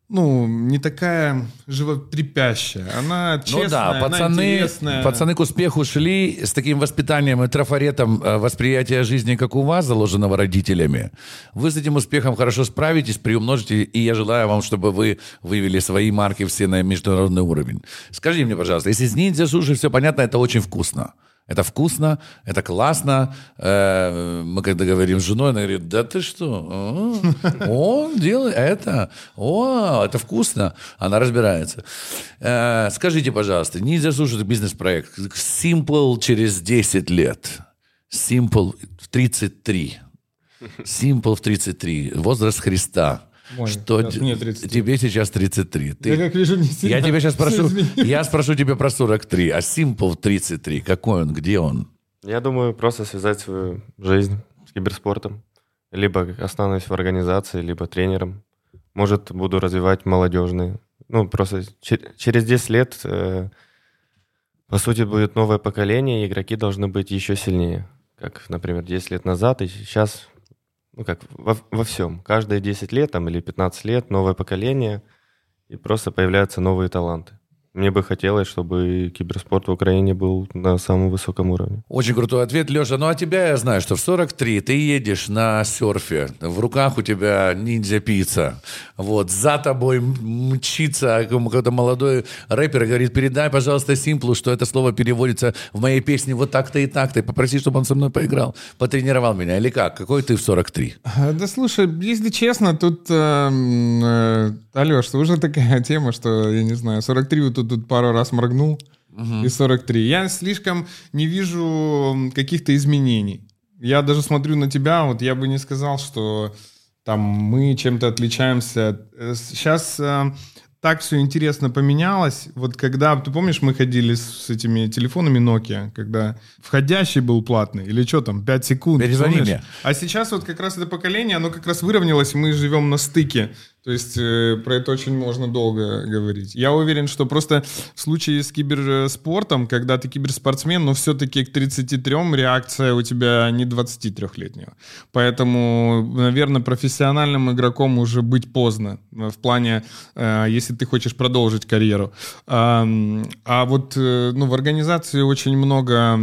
не такая животрепящая. Она честная, Ну да, она интересная. пацаны к успеху шли с таким воспитанием и трафаретом восприятия жизни, как у вас, заложенного родителями. Вы с этим успехом хорошо справитесь, приумножите, и я желаю вам, чтобы вы вывели свои марки все на международный уровень. Скажи мне, пожалуйста, если с ниндзя суши все понятно, это очень вкусно. Это вкусно, это классно. Мы когда говорим с женой, она говорит, да ты что? Он делает это. Это вкусно. Она разбирается. Скажите, пожалуйста, ниндзя суши — это бизнес-проект. Simple через 10 лет. Simple в 33. Simple в 33. Возраст Христа. Что мне 33. тебе сейчас 33. Я как вижу, не сильно. Я тебя сейчас спрошу, изменилось. я спрошу тебя про 43, а Simple в 33, какой он, где он? Я думаю, просто связать свою жизнь с киберспортом. Либо останусь в организации, либо тренером. Может, буду развивать молодежные. Просто через 10 лет, по сути, будет новое поколение, и игроки должны быть еще сильнее. Как, например, 10 лет назад, и сейчас... как во всем. Каждые 10 лет или 15 лет новое поколение, и просто появляются новые таланты. Мне бы хотелось, чтобы киберспорт в Украине был на самом высоком уровне. Очень крутой ответ, Леша. Ну, а тебя я знаю, что в 43 ты едешь на серфе, в руках у тебя ниндзя-пицца, за тобой мчится какой-то молодой рэпер и говорит, передай, пожалуйста, Симплу, что это слово переводится в моей песне вот так-то и так-то, и попроси, чтобы он со мной поиграл, потренировал меня. Или как? Какой ты в 43? Да слушай, если честно, тут, Алёш, уже такая тема, что, я не знаю, 43 тут пару раз моргнул, и 43. Я слишком не вижу каких-то изменений. Я даже смотрю на тебя, я бы не сказал, что там мы чем-то отличаемся. Сейчас так все интересно поменялось. Когда, ты помнишь, мы ходили с этими телефонами Nokia, когда входящий был платный, или что там, 5 секунд. Перезвони помнишь? мне. А сейчас как раз это поколение, оно как раз выровнялось, мы живем на стыке. То есть про это очень можно долго говорить. Я уверен, что просто в случае с киберспортом, когда ты киберспортсмен, но все-таки к 33 реакция у тебя не 23-летнего. Поэтому, наверное, профессиональным игроком уже быть поздно. В плане, если ты хочешь продолжить карьеру. В организации очень много...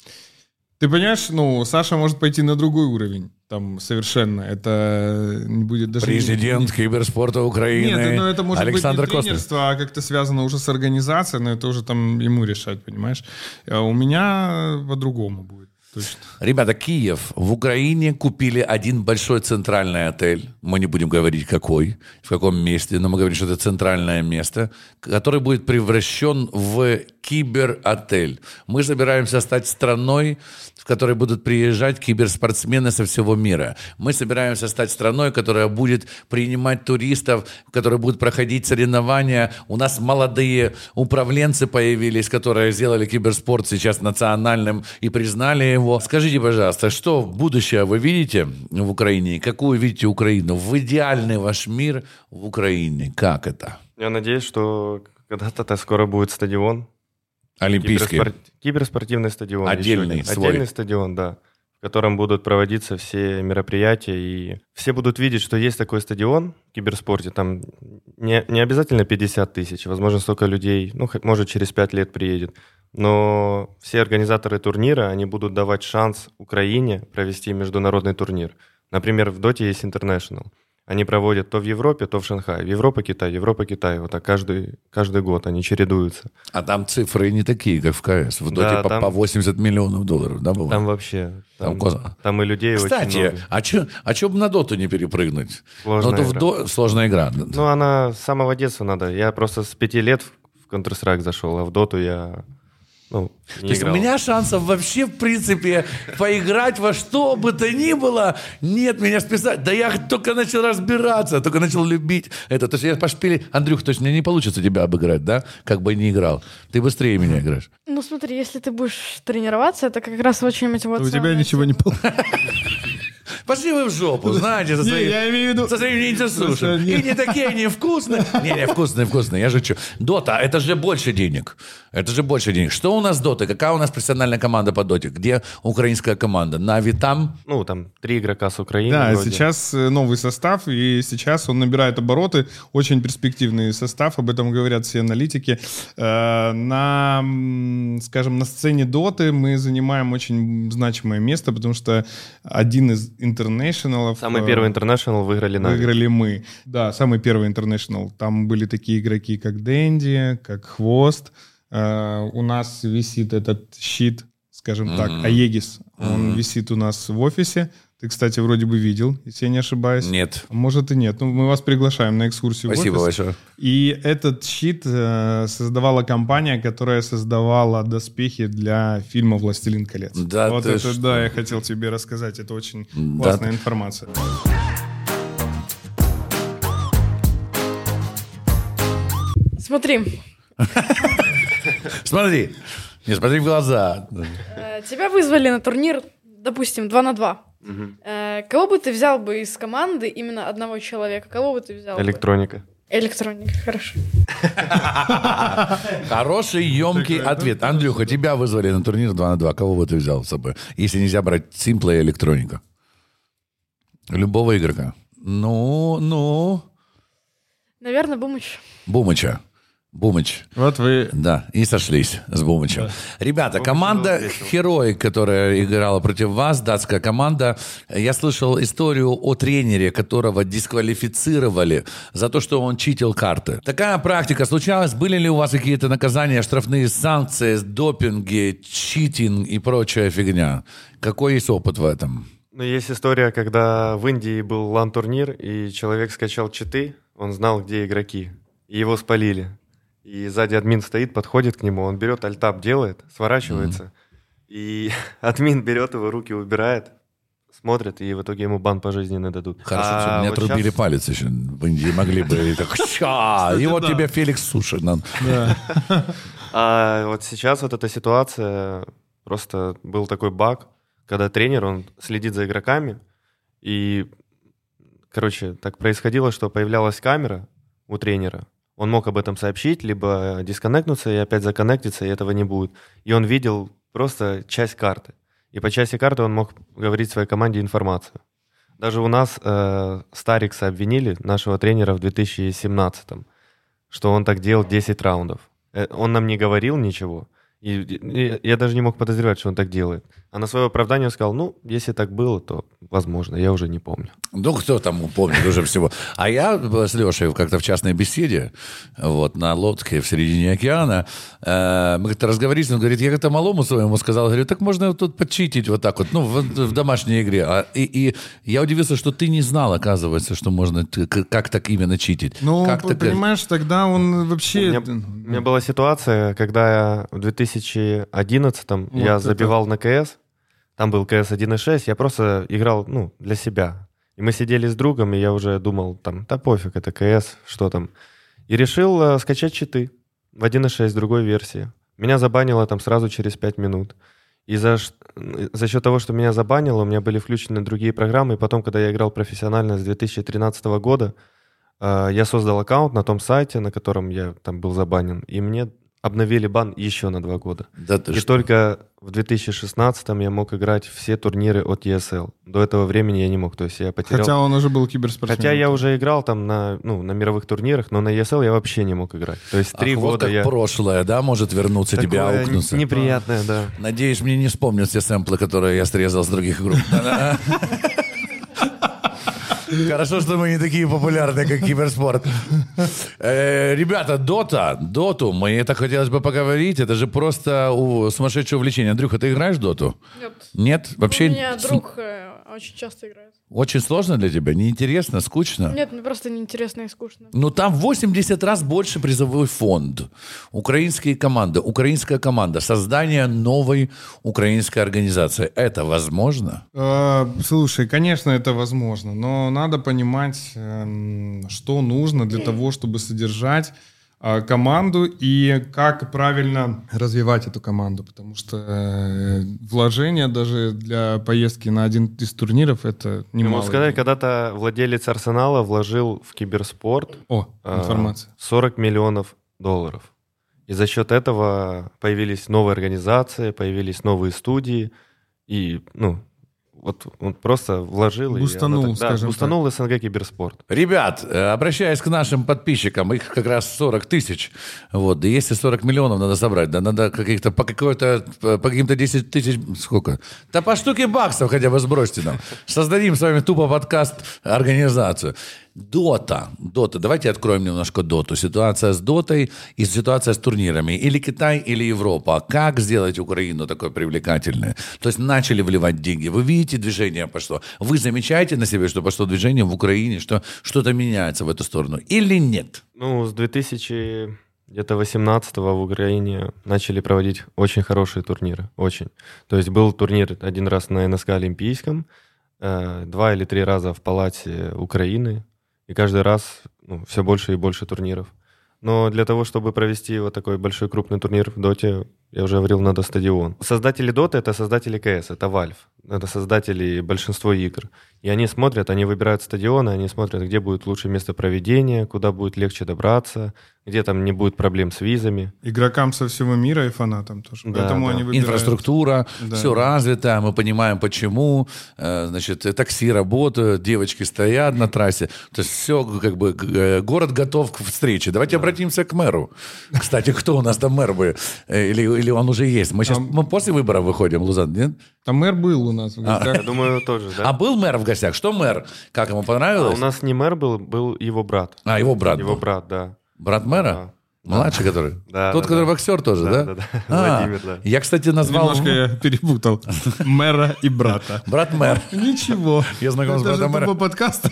Ты понимаешь, Саша может пойти на другой уровень. Там совершенно. Это не будет даже... Президент киберспорта Украины Нет, это может Александр быть не Костер. тренерство, а как-то связано уже с организацией, но это уже там ему решать, понимаешь? А у меня по-другому будет. Точно. Ребята, Киев. В Украине купили один большой центральный отель. Мы не будем говорить, какой, в каком месте, но мы говорим, что это центральное место, который будет превращен в киберотель. Мы собираемся стать страной, в которой будут приезжать киберспортсмены со всего мира. Мы собираемся стать страной, которая будет принимать туристов, которые будут проходить соревнования. У нас молодые управленцы появились, которые сделали киберспорт сейчас национальным и признали его. Скажите, пожалуйста, что в будущее вы видите в Украине? Какую видите Украину? В идеальный ваш мир в Украине. Как это? Я надеюсь, что когда-то скоро будет стадион. Олимпийский. Киберспортивный стадион. Отдельный свой. Отдельный стадион, да. В котором будут проводиться все мероприятия. И все будут видеть, что есть такой стадион в киберспорте. Там не обязательно 50 тысяч. Возможно, столько людей, может, через 5 лет приедет. Но все организаторы турнира, они будут давать шанс Украине провести международный турнир. Например, в Доте есть International. Они проводят то в Европе, то в Шанхае. Европа-Китай. Вот так каждый год они чередуются. А там цифры не такие, как в КС. В Доте Да, по $80 миллионов, да, бывает? Там вообще... Там и людей Кстати, очень много. а чё бы на Доту не перепрыгнуть? Сложная игра. Сложная игра. Она с самого детства надо. Я просто с 5 лет в Counter-Strike зашел, а в Доту я... То есть у меня шансов вообще, в принципе, поиграть во что бы то ни было, нет, меня списать. Да я только начал разбираться, только начал любить это. То есть я по шпиле... Андрюх, то есть мне не получится тебя обыграть, да? Как бы не играл. Ты быстрее меня играешь. Смотри, если ты будешь тренироваться, это как раз очень мотивационно. У тебя ничего не получится. Пошли вы в жопу, знаете, со своим... я имею в виду... Со своим ниндзя-суши. Не. И не такие они вкусные. Не, вкусные, я шучу. Дота, это же больше денег. Что у нас Дота? Какая у нас профессиональная команда по Доте? Где украинская команда? Нави там? Ну, там 3 игрока с Украины. Да, вроде. сейчас новый состав, и сейчас он набирает обороты. Очень перспективный состав, об этом говорят все аналитики. Скажем, на сцене Доты мы занимаем очень значимое место, потому что один из интернешналов... Самый первый интернешнл выиграли Нави. Выиграли мы. Да, самый первый интернешнл. Там были такие игроки, как Дэнди, как Хвост. У нас висит этот щит, скажем так, Аегис. Он висит у нас в офисе. Ты, кстати, вроде бы видел, если я не ошибаюсь. Нет. Может и нет. Ну, мы вас приглашаем на экскурсию Спасибо в офис. большое. И этот щит создавала компания, которая создавала доспехи для фильма «Властелин колец». Да, вот ты это, что? да, я хотел тебе рассказать. Это очень Да. классная информация. Смотри, Смотри. Не, смотри в глаза. тебя вызвали на турнир, допустим, 2 на 2. Кого бы ты взял бы из команды, именно одного человека? Кого бы ты взял? Электроника. Электроника, хорошо. Хороший, емкий ответ. Андрюха, тебя вызвали на турнир 2 на 2. Кого бы ты взял с собой? Если нельзя брать Симпла и электроника. Любого игрока. Ну. Наверное, Бумыч. Бумыч. Вот вы... Да, и сошлись с Бумычем. Ребята, команда Heroic, которая играла против вас, датская команда, я слышал историю о тренере, которого дисквалифицировали за то, что он читил карты. Такая практика случалась? Были ли у вас какие-то наказания, штрафные санкции, допинги, читинг и прочая фигня? Какой есть опыт в этом? Ну, есть история, когда в Индии был лан-турнир, и человек скачал читы, он знал, где игроки, и его спалили. И сзади админ стоит, подходит к нему, он берет альтап, делает, сворачивается, и админ берет его, руки убирает, смотрит, и в итоге ему бан пожизненный дадут. Хорошо, что мне вот отрубили щас- палец еще. В Индии могли бы и так, ща, и вот тебе Феликс Суши. А вот сейчас вот эта ситуация, просто был такой баг, когда тренер, он следит за игроками, и, короче, так происходило, что появлялась камера у тренера, он мог об этом сообщить, либо дисконнектнуться и опять законнектиться, и этого не будет. И он видел просто часть карты. И по части карты он мог говорить своей команде информацию. Даже у нас Старикса обвинили, нашего тренера, в 2017-м, что он так делал 10 раундов. Он нам не говорил ничего. И я даже не мог подозревать, что он так делает. А на свое оправдание он сказал, ну, если так было, то возможно, я уже не помню. Ну, кто там помнит уже всего. А я с Лешей как-то в частной беседе, вот, на лодке в середине океана, мы как-то разговорились, он говорит, я как-то малому своему сказал, говорю, так можно тут подчитить вот так вот, ну, в домашней игре. И я удивился, что ты не знал, оказывается, что можно, как так именно читить. Ну, как понимаешь, тогда он вообще... У меня была ситуация, когда я в 2011-м я забивал на КС, там был КС 1.6, я просто играл, ну, для себя. И мы сидели с другом, и я уже думал, там, да пофиг, это КС, что там. И решил скачать читы в 1.6 другой версии. Меня забанило там сразу через 5 минут. И за счет того, что меня забанило, у меня были включены другие программы, и потом, когда я играл профессионально с 2013 года, я создал аккаунт на том сайте, на котором я там был забанен, и мне обновили бан еще на 2 года. Да ты И что? только в 2016-м я мог играть все турниры от ESL. До этого времени я не мог, то есть я потерял... Хотя он уже был киберспортсменом. Хотя я уже играл там на мировых турнирах, но на ESL я вообще не мог играть. То есть 3 Ах, вот года как я... прошлое, да, может вернуться, тебе Такое аукнуться. неприятное, да. Надеюсь, мне не вспомнят все сэмплы, которые я срезал с других групп. Хорошо, что мы не такие популярные, как киберспорт. Ребята, Доту, мне так хотелось бы поговорить. Это же просто сумасшедшее увлечение. Андрюха, ты играешь в Доту? Нет. Нет? Вообще У меня друг очень часто играет. очень сложно для тебя? Неинтересно? Скучно? Нет, мне просто неинтересно и скучно. Ну, там 80 раз больше призовой фонд. Украинские команды, украинская команда, создание новой украинской организации. Это возможно? Слушай, конечно, это возможно, но надо понимать, что нужно для того, чтобы содержать команду и как правильно развивать эту команду, потому что вложения даже для поездки на один из турниров это немало. Могу сказать, когда-то владелец Арсенала вложил в киберспорт информация. $40 миллионов. И за счет этого появились новые организации, появились новые студии, и, вот он просто вложил. Бустанул, бустанул СНГ киберспорт. Ребят, обращаясь к нашим подписчикам, их как раз 40 тысяч. Вот, да если 40 миллионов надо собрать, да надо по каким-то 10 тысяч, сколько? Да по штуке баксов хотя бы сбросьте нам. Создадим с вами тупо подкаст-организацию. Дота. Давайте откроем немножко Доту. Ситуация с Дотой и ситуация с турнирами. Или Китай, или Европа. Как сделать Украину такой привлекательной? То есть начали вливать деньги. Вы видите, движение пошло. Вы замечаете на себе, что пошло движение в Украине, что что-то меняется в эту сторону? Или нет? С 2018-го в Украине начали проводить очень хорошие турниры. Очень. То есть был турнир один раз на НСК Олимпийском, 2 или 3 раза в Палате Украины. И каждый раз все больше и больше турниров. Но для того, чтобы провести вот такой большой крупный турнир в Доте, я уже говорил, надо стадион. Создатели Доты — это создатели КС, это Valve. Это создатели большинства игр. И они смотрят, они выбирают стадионы, они смотрят, где будет лучшее место проведения, куда будет легче добраться, где там не будет проблем с визами. Игрокам со всего мира и фанатам тоже. Да, Поэтому они выбирают. Инфраструктура, все развито, мы понимаем, почему. Значит, такси работают, девочки стоят на трассе. То есть все, как бы, город готов к встрече. Давайте обратимся к мэру. Кстати, кто у нас там мэр бы? Или он уже есть? Мы после выборов выходим, Лузан, нет? Там мэр был у нас в гостях. Я думаю, тоже, да. А был мэр в гостях? Что мэр? Как ему понравилось? У нас не мэр был его брат. Его брат Его был. брат, да. Брат мэра? Да. Младший, который? Да, Тот, да, который да. боксер тоже, да? Да. Владимир, да. Я, кстати, назвал... Немножко я перепутал мэра и брата. Брат-мэр. Ничего. Я знаком с Даже братом мэра. тупо подкаста.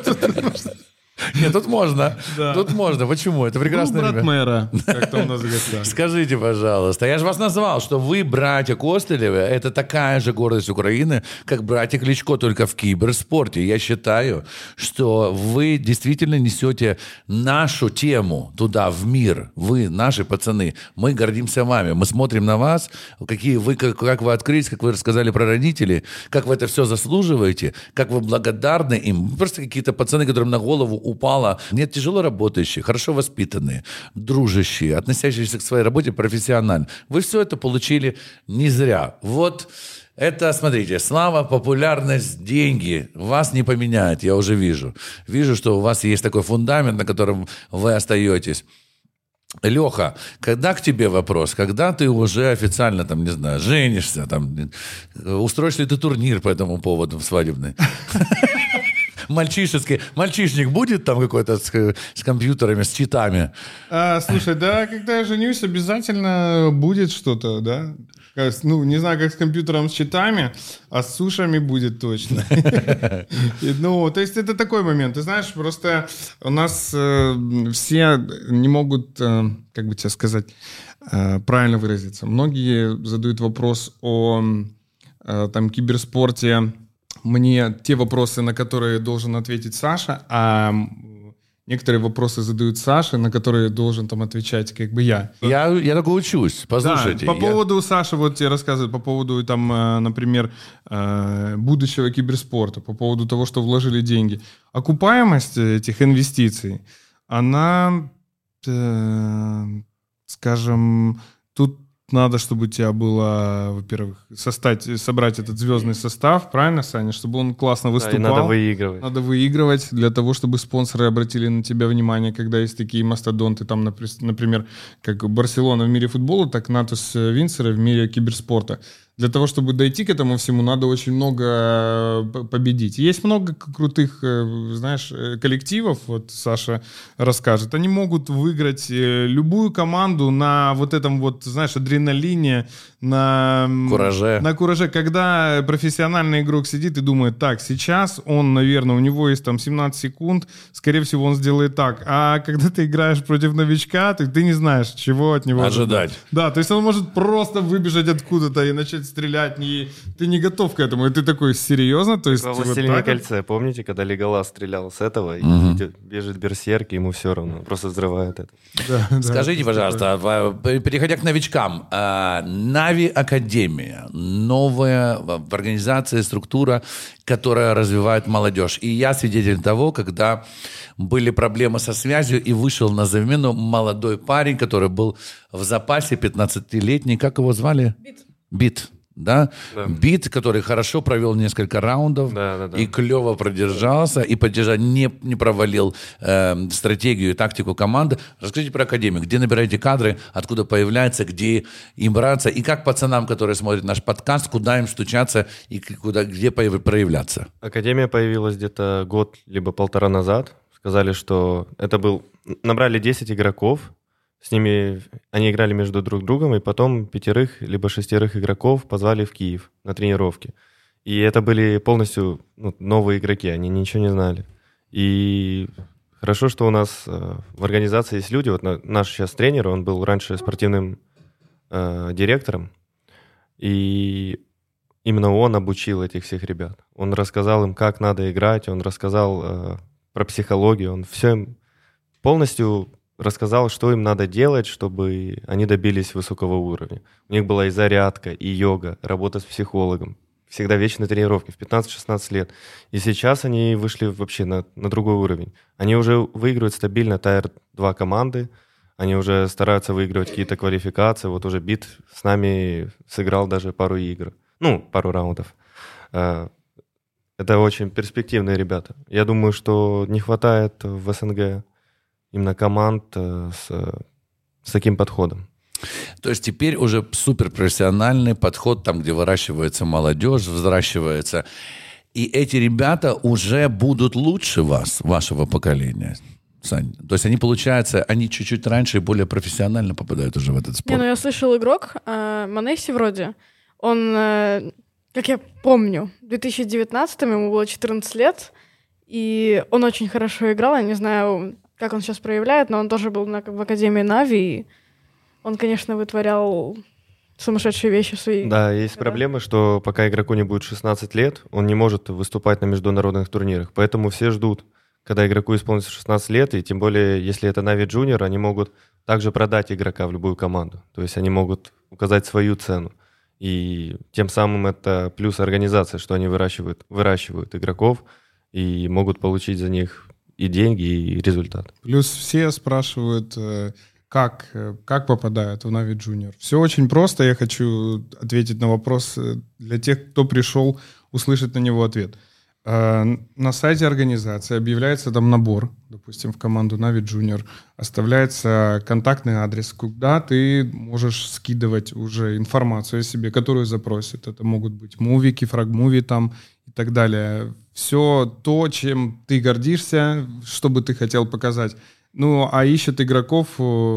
Нет, тут можно. Да. Тут можно. Почему? Это прекрасно. Брат мэра, как-то у нас в гостях. Скажите, пожалуйста, я же вас назвал, что вы, братья Костылевы, это такая же гордость Украины, как братья Кличко, только в киберспорте. Я считаю, что вы действительно несете нашу тему туда, в мир. Вы, наши пацаны, мы гордимся вами. Мы смотрим на вас, какие вы, как вы открылись, как вы рассказали про родителей, как вы это все заслуживаете, как вы благодарны им. Просто какие-то пацаны, которым на голову упало. Нет, тяжело работающие, хорошо воспитанные, дружащие, относящиеся к своей работе профессионально. Вы все это получили не зря. Вот это, смотрите, слава, популярность, деньги вас не поменяют, я уже вижу. Вижу, что у вас есть такой фундамент, на котором вы остаетесь. Леха, когда к тебе вопрос? Когда ты уже официально, там, не знаю, женишься? Там, устроишь ли ты турнир по этому поводу свадебный? Мальчишник будет там какой-то с компьютерами, с читами? Слушай, да, когда я женюсь, обязательно будет что-то, да? Не знаю, как с компьютером, с читами, а с сушами будет точно. То есть это такой момент. Ты знаешь, просто у нас все не могут, как бы тебе сказать, правильно выразиться. Многие задают вопрос о там киберспорте. Мне те вопросы, на которые должен ответить Саша, а некоторые вопросы задают Саше, на которые должен там отвечать как бы я. Я только учусь, послушайте. Да, по поводу Саши, вот тебе рассказывают, по поводу там, например, будущего киберспорта, по поводу того, что вложили деньги. Окупаемость этих инвестиций, она, скажем, тут надо, чтобы у тебя было, во-первых, собрать этот звездный состав, правильно, Саня? Чтобы он классно выступал. Да, и надо выигрывать. Надо выигрывать для того, чтобы спонсоры обратили на тебя внимание, когда есть такие мастодонты, там, например, как Барселона в мире футбола, так Натус Винцера в мире киберспорта. Для того, чтобы дойти к этому всему, надо очень много победить. Есть много крутых, знаешь, коллективов, вот Саша расскажет. Они могут выиграть любую команду на вот этом вот, знаешь, адреналине, на кураже. Когда профессиональный игрок сидит и думает, так, сейчас он, наверное, у него есть там 17 секунд, скорее всего, он сделает так. А когда ты играешь против новичка, ты не знаешь, чего от него ожидать. Да, то есть он может просто выбежать откуда-то и начать будет стрелять, ты не готов к этому. И ты такой, серьезно? То есть, Во вот «Властелине так вот? кольца», помните, когда Леголас стрелял с этого, и бежит берсерк, и ему все равно, просто взрывает это. Да, да, Скажите, это пожалуйста, переходя к новичкам, Нави Академия, новая в организации структура, которая развивает молодежь. И я свидетель того, когда были проблемы со связью, и вышел на замену молодой парень, который был в запасе, 15-летний, как его звали? Бит. Да? Бит, который хорошо провел несколько раундов и клево продержался, и не провалил стратегию и тактику команды. Расскажите про Академию. Где набираете кадры, откуда появляются, где им браться, и как пацанам, которые смотрят наш подкаст, куда им стучаться и где проявляться? Академия появилась где-то год либо полтора назад. Сказали, что это был... Набрали 10 игроков, с ними они играли между друг другом, и потом 5 либо 6 игроков позвали в Киев на тренировки. И это были полностью новые игроки, они ничего не знали. И хорошо, что у нас в организации есть люди. Вот наш сейчас тренер, он был раньше спортивным директором, и именно он обучил этих всех ребят. Он рассказал им, как надо играть, он рассказал про психологию, он все им полностью рассказал, что им надо делать, чтобы они добились высокого уровня. У них была и зарядка, и йога, работа с психологом. Всегда вечные тренировки в 15-16 лет. И сейчас они вышли вообще на другой уровень. Они уже выигрывают стабильно Тайр-2 команды, они уже стараются выигрывать какие-то квалификации. Вот уже Бит с нами сыграл даже пару игр. Пару раундов. Это очень перспективные ребята. Я думаю, что не хватает в СНГ именно команд с таким подходом. То есть теперь уже суперпрофессиональный подход, там, где выращивается молодежь, взращивается. И эти ребята уже будут лучше вашего поколения, Сань. То есть они, получается, они чуть-чуть раньше и более профессионально попадают уже в этот спорт. Я слышал игрок, Манесси вроде, он... Как я помню, в 2019-м ему было 14 лет, и он очень хорошо играл. Я не знаю, как он сейчас проявляет, но он тоже был в Академии Нави, и он, конечно, вытворял сумасшедшие вещи свои. Да, есть проблема, что пока игроку не будет 16 лет, он не может выступать на международных турнирах. Поэтому все ждут, когда игроку исполнится 16 лет, и тем более, если это Нави Junior, они могут также продать игрока в любую команду. То есть они могут указать свою цену. И тем самым это плюс организации, что они выращивают игроков и могут получить за них и деньги, и результат. Плюс все спрашивают, как попадают в Нави Junior. Все очень просто. Я хочу ответить на вопрос для тех, кто пришел услышать на него ответ. На сайте организации объявляется там набор, допустим, в команду Нави Junior, оставляется контактный адрес, куда ты можешь скидывать уже информацию о себе, которую запросят. Это могут быть мувики, фраг-муви там и так далее. Все то, чем ты гордишься, что бы ты хотел показать. А ищут игроков,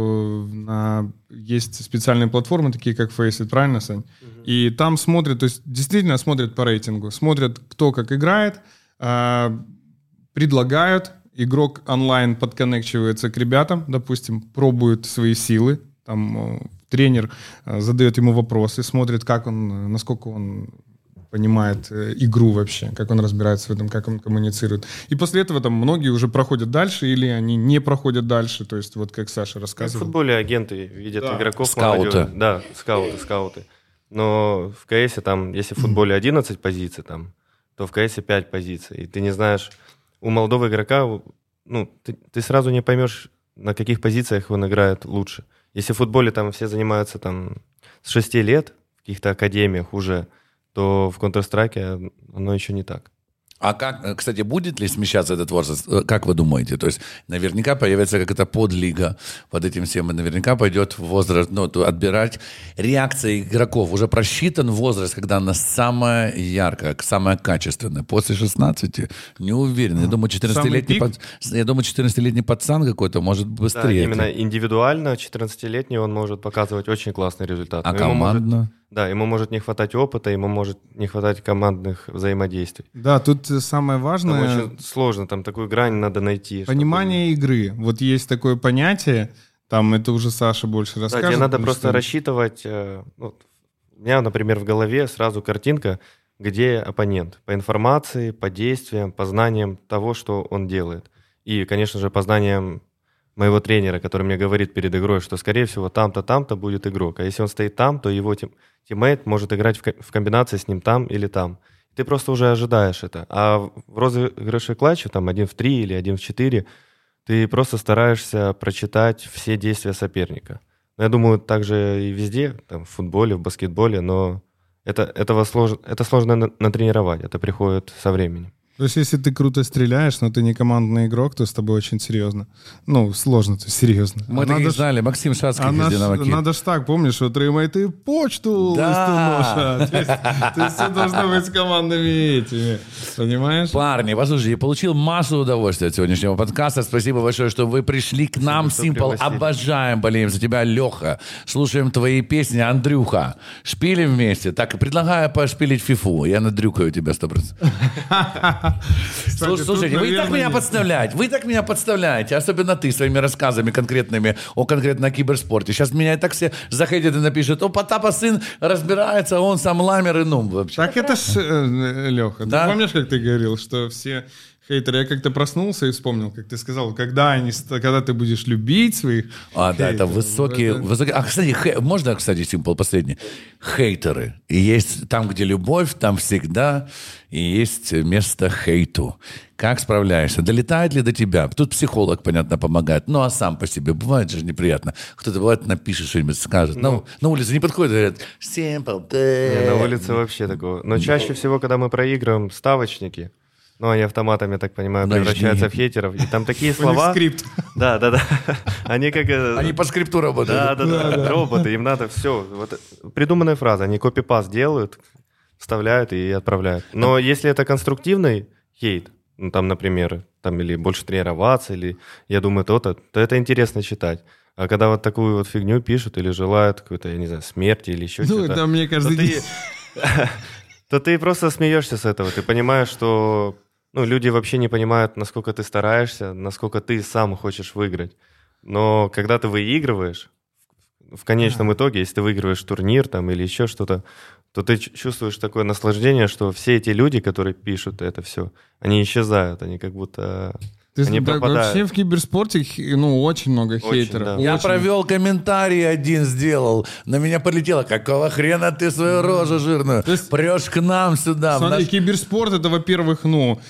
есть специальные платформы, такие как Faceit, правильно, Сань? И там смотрят, то есть действительно смотрят по рейтингу, смотрят, кто как играет, предлагают, игрок онлайн подконнекчивается к ребятам, допустим, пробует свои силы, там тренер задает ему вопросы, смотрит, насколько он понимает игру вообще, как он разбирается в этом, как он коммуницирует. И после этого там многие уже проходят дальше или они не проходят дальше, то есть вот как Саша рассказывал. В футболе агенты видят игроков. Скауты. Молодежи. Да, скауты. Но в КСе там, если в футболе 11 позиций, там, то в КСе 5 позиций. И ты не знаешь, у молодого игрока, ты сразу не поймешь, на каких позициях он играет лучше. Если в футболе там все занимаются там с 6 лет, в каких-то академиях уже, то в Counter-Strike оно еще не так. А как, кстати, будет ли смещаться этот возраст? Как вы думаете? То есть наверняка появится какая-то подлига под этим всем, и наверняка пойдет возраст, отбирать реакции игроков. Уже просчитан возраст, когда она самая яркая, самая качественная. После 16 не уверен. Я думаю, 14-летний пацан какой-то может быстрее. Да, именно индивидуально 14-летний он может показывать очень классный результат. А командно? Ему может не хватать опыта, ему может не хватать командных взаимодействий. Да, тут самое важное... Там очень сложно, там такую грань надо найти. Понимание игры. Вот есть такое понятие, там это уже Саша больше расскажет. Да, тебе надо просто рассчитывать... у меня, например, в голове сразу картинка, где оппонент. По информации, по действиям, по знаниям того, что он делает. И, конечно же, по знаниям моего тренера, который мне говорит перед игрой, что, скорее всего, там-то, там-то будет игрок. А если он стоит там, то его тиммейт может играть в комбинации с ним там или там. Ты просто уже ожидаешь это. А в розыгрыше клатча, там 1 в 3 или 1 в 4, ты просто стараешься прочитать все действия соперника. Но я думаю, так же и везде, там, в футболе, в баскетболе, но это сложно натренировать, это приходит со временем. То есть, если ты круто стреляешь, но ты не командный игрок, то с тобой очень серьезно. Ну, сложно, то есть серьезно. Мы таких знали, Максим Шацких из «Динамо Киев». Надо ж так, помнишь, отримай ты почту, Да. листоноша. То есть все должно быть с командными этими. Понимаешь? Парни, послушайте, я получил массу удовольствия от сегодняшнего подкаста. Спасибо большое, что вы пришли к нам. что Simple, пригласили. обожаем, болеем за тебя, Леха. Слушаем твои песни, Андрюха. Шпилим вместе. Так, предлагаю пошпилить фифу. Я надрюкаю тебя 100%. Кстати, Слушайте, тут, вы так меня наверное, подставляете. Вы так меня подставляете. Особенно ты своими рассказами конкретными о конкретно киберспорте. Сейчас меня и так все захейтят и напишут: о, Потапа сын разбирается, а он сам ламер и нум вообще. Так это ж, Леха, Да? ты помнишь, как ты говорил, что все хейтеры... Я как-то проснулся и вспомнил, как ты сказал, когда ты будешь любить своих Да, это хейтеров, высокие... А, кстати, можно, кстати, Simple, последний? Хейтеры. И есть там, где любовь, там всегда и есть место хейту. Как справляешься? Долетает ли до тебя? Тут психолог, понятно, помогает. Ну, а сам по себе бывает же неприятно. Кто-то бывает напишет что-нибудь, скажет. На улице не подходит, говорят: Simple, Не, на улице вообще такого. Но чаще всего, когда мы проигрываем ставочники, ну, они автоматом, я так понимаю, Значит, превращаются в хейтеров. И там такие У них слова... скрипт. Да. Они как... Они по скрипту работают. Да, роботы, им надо все. Вот, придуманная фраза, они копипаст делают, вставляют и отправляют. Но если это конструктивный хейт, ну, там, например, там, или больше тренироваться, или, я думаю, то это интересно читать. А когда вот такую вот фигню пишут или желают какой-то, я не знаю, смерти или еще Ну, что-то... это мне каждый день. То ты просто смеешься с этого. Ты понимаешь, что люди вообще не понимают, насколько ты стараешься, насколько ты сам хочешь выиграть. Но когда ты выигрываешь, в конечном итоге, если ты выигрываешь турнир там, или еще что-то, то ты чувствуешь такое наслаждение, что все эти люди, которые пишут это все, они исчезают, они как будто... Они пропадают. Вообще в киберспорте, очень много хейтеров. да. Я Очень. провел комментарий один, сделал. На меня полетело: какого хрена ты свою рожу жирную есть- прешь к нам сюда? в Смотри, наш- киберспорт это, во-первых,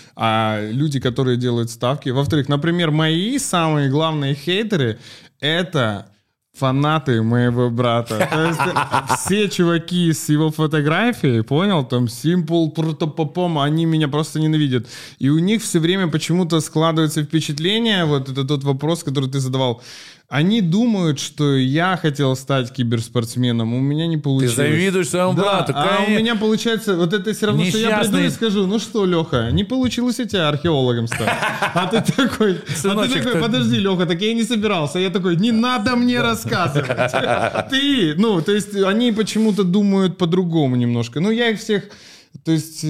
люди, которые делают ставки. Во-вторых, например, мои самые главные хейтеры это фанаты моего брата. То есть все чуваки с его фотографией, понял, там Simple, Протопопом, они меня просто ненавидят. И у них все время почему-то складывается впечатление, вот это тот вопрос, который ты задавал. Они думают, что я хотел стать киберспортсменом, у меня не Ты получилось. завидуешь своему Да, брату. а у конечно. меня получается, вот это все равно, что я приду Несчастный. и скажу: ну что, Леха, не получилось у тебя археологом стать. А ты такой, Сыночек, подожди, Леха, так я и не собирался. Я такой: не надо мне рассказывать. Ты, то есть они почему-то думают по-другому немножко. Ну, я их всех... То есть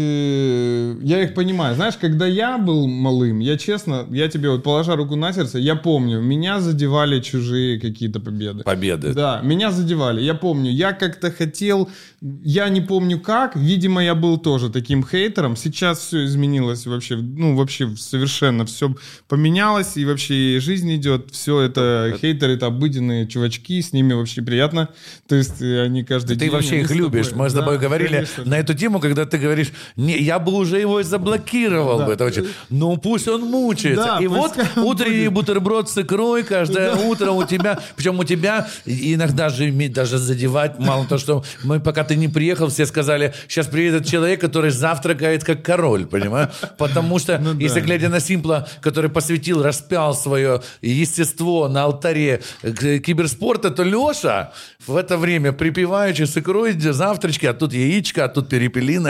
я их понимаю. Знаешь, когда я был малым, я честно, я тебе вот положа руку на сердце, я помню, меня задевали чужие какие-то победы. Победы. Да, меня задевали. Я помню, я как-то хотел, я не помню как, видимо, я был тоже таким хейтером. Сейчас все изменилось вообще, вообще совершенно все поменялось, и вообще жизнь идет. Все это хейтеры, это обыденные чувачки, с ними вообще приятно. То есть они каждый Ты день... вообще они их с тобой. любишь. Мы с тобой Да, говорили конечно. на эту тему, когда ты говоришь: не, я бы уже его и заблокировал бы, этого человека. Ну пусть он мучается. Да, И вот пускай он утренний будет. бутерброд с икрой каждое утро у тебя. Причем у тебя иногда же даже задевать мало то, что мы, пока ты не приехал, все сказали: сейчас приедет человек, который завтракает как король, понимаешь? Потому что если глядя на Симпла, который посвятил, распял свое естество на алтаре киберспорта, то Леша в это время припеваючи с икрой завтрачки, а тут яичко, а тут перепелиное,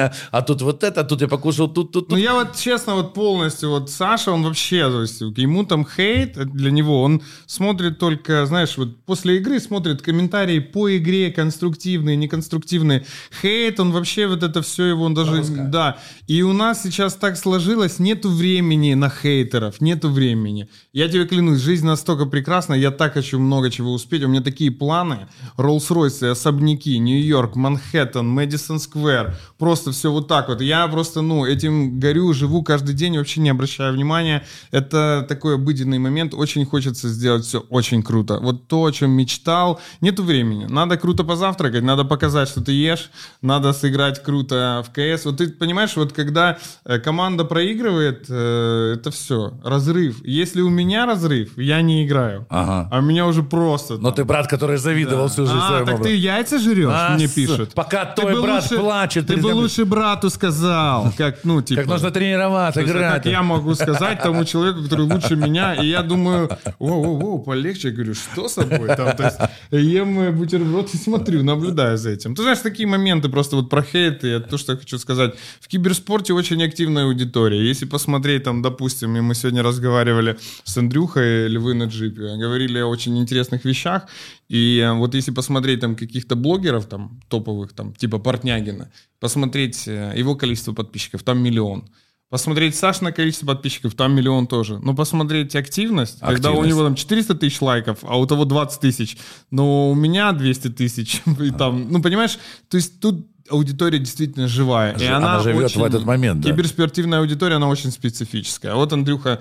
а тут вот это, тут я покушал, тут. Ну, я вот честно, вот полностью, вот Саша, он вообще, то есть ему там хейт для него, он смотрит только, знаешь, вот после игры смотрит комментарии по игре, конструктивные, неконструктивные. Хейт, он вообще вот это все его, он даже, да. И у нас сейчас так сложилось, нету времени на хейтеров, нету времени. Я тебе клянусь, жизнь настолько прекрасна, я так хочу много чего успеть, у меня такие планы, Роллс-Ройсы, особняки, Нью-Йорк, Манхэттен, Мэдисон Сквер, просто все вот так вот. Я просто, этим горю, живу каждый день, вообще не обращаю внимания. Это такой обыденный момент, очень хочется сделать все очень круто. Вот то, о чем мечтал, нету времени. Надо круто позавтракать, надо показать, что ты ешь, надо сыграть круто в КС. Вот ты понимаешь, вот когда команда проигрывает, это все, разрыв. Если у меня разрыв, я не играю. Ага. А у меня уже просто... Но ты брат, который завидовал всю жизнь своему так брату. ты яйца жрешь, мне пишут. Пока твой брат плачет. Ты бы лучше брату сказал, как нужно тренироваться, играть. Как я могу сказать тому человеку, который лучше меня, и я думаю, полегче, я говорю, что с собой там? То есть ем бутерброд и смотрю, наблюдаю за этим. Ты знаешь, такие моменты просто вот про хейт, и это то, что я хочу сказать. В киберспорте очень активная аудитория. Если посмотреть там, допустим, и мы сегодня разговаривали с Андрюхой, Львы на джипе, говорили о очень интересных вещах, и вот если посмотреть там каких-то блогеров там топовых, там типа Портнягина, посмотреть его количество подписчиков, там 1 миллион. Посмотреть Сашина количество подписчиков, там 1 миллион тоже. Но посмотреть активность, когда у него там 400 тысяч лайков, а у того 20 тысяч, но у меня 200 тысяч. И там, понимаешь, то есть тут аудитория действительно живая. И она живет очень, в этот момент. Да. Киберспортивная аудитория, она очень специфическая. А вот Андрюха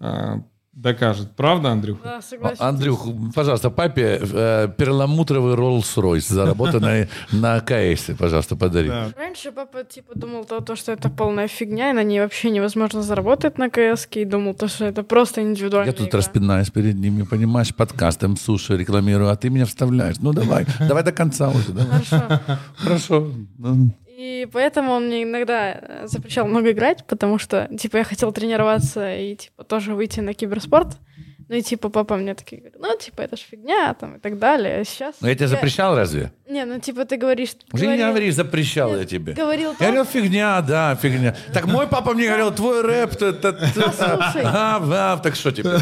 докажет. Правда, Андрюха? Да, согласен. Андрюх, пожалуйста, папе перламутровый Роллс-Ройс, заработанный на КС, пожалуйста, подари. Да. Раньше папа думал что это полная фигня, и на ней вообще невозможно заработать на КС, и думал, что это просто индивидуальная Я тут игра. распинаюсь перед ними, понимаешь, подкастом суши рекламирую, а ты меня вставляешь. Ну давай до конца уже. Давай. Хорошо. Хорошо. И поэтому он мне иногда запрещал много играть, потому что, я хотел тренироваться и, тоже выйти на киберспорт. Ну и, папа мне такие говорит, это ж фигня, там, и так далее. А сейчас... Но я тебя запрещал разве? Не, ты говоришь... Уже не говоришь, запрещал я тебе. Говорил Я говорил, фигня, да, фигня. Так мой папа мне говорил, твой рэп... Слушай. Так что теперь?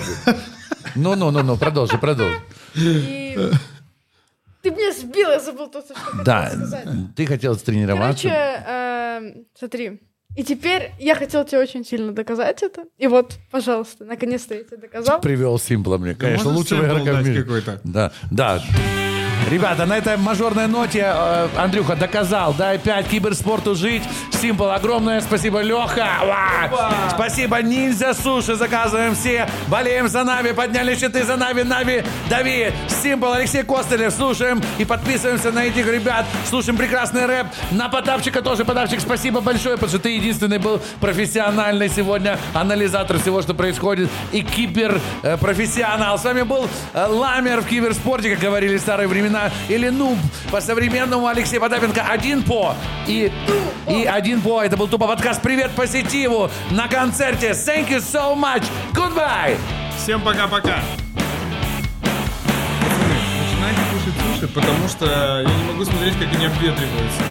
Ну, продолжи. И... Ты меня сбил, я забыл то, что хотел сказать. Ты хотел тренироваться. Короче, смотри. И теперь я хотел тебе очень сильно доказать это. И вот, пожалуйста, наконец-то я тебе доказал. Привел Симпла мне, конечно, можешь лучшего сэмпл игрока в дать мире. какой-то? Да. Ребята, на этой мажорной ноте Андрюха доказал, дай 5 киберспорту жить. Симпл, огромное спасибо, Леха. Спасибо, Ниндзя Суши, заказываем все. Болеем за Нави, подняли щиты за Нави, дави. Симпл, Алексей Костылев, слушаем и подписываемся на этих ребят. Слушаем прекрасный рэп. На Потапчика тоже, Потапчик, спасибо большое, потому что ты единственный был профессиональный сегодня анализатор всего, что происходит, и киберпрофессионал. С вами был Ламер в киберспорте, как говорили в старые времена, или нуб по-современному. Алексей Потапенко, 1 по и 1 по. Это был Тупо подкаст. Привет позитиву на концерте. Thank you so much. Goodbye. Всем пока-пока. Пацаны, начинайте кушать суши, потому что я не могу смотреть, как они обветриваются.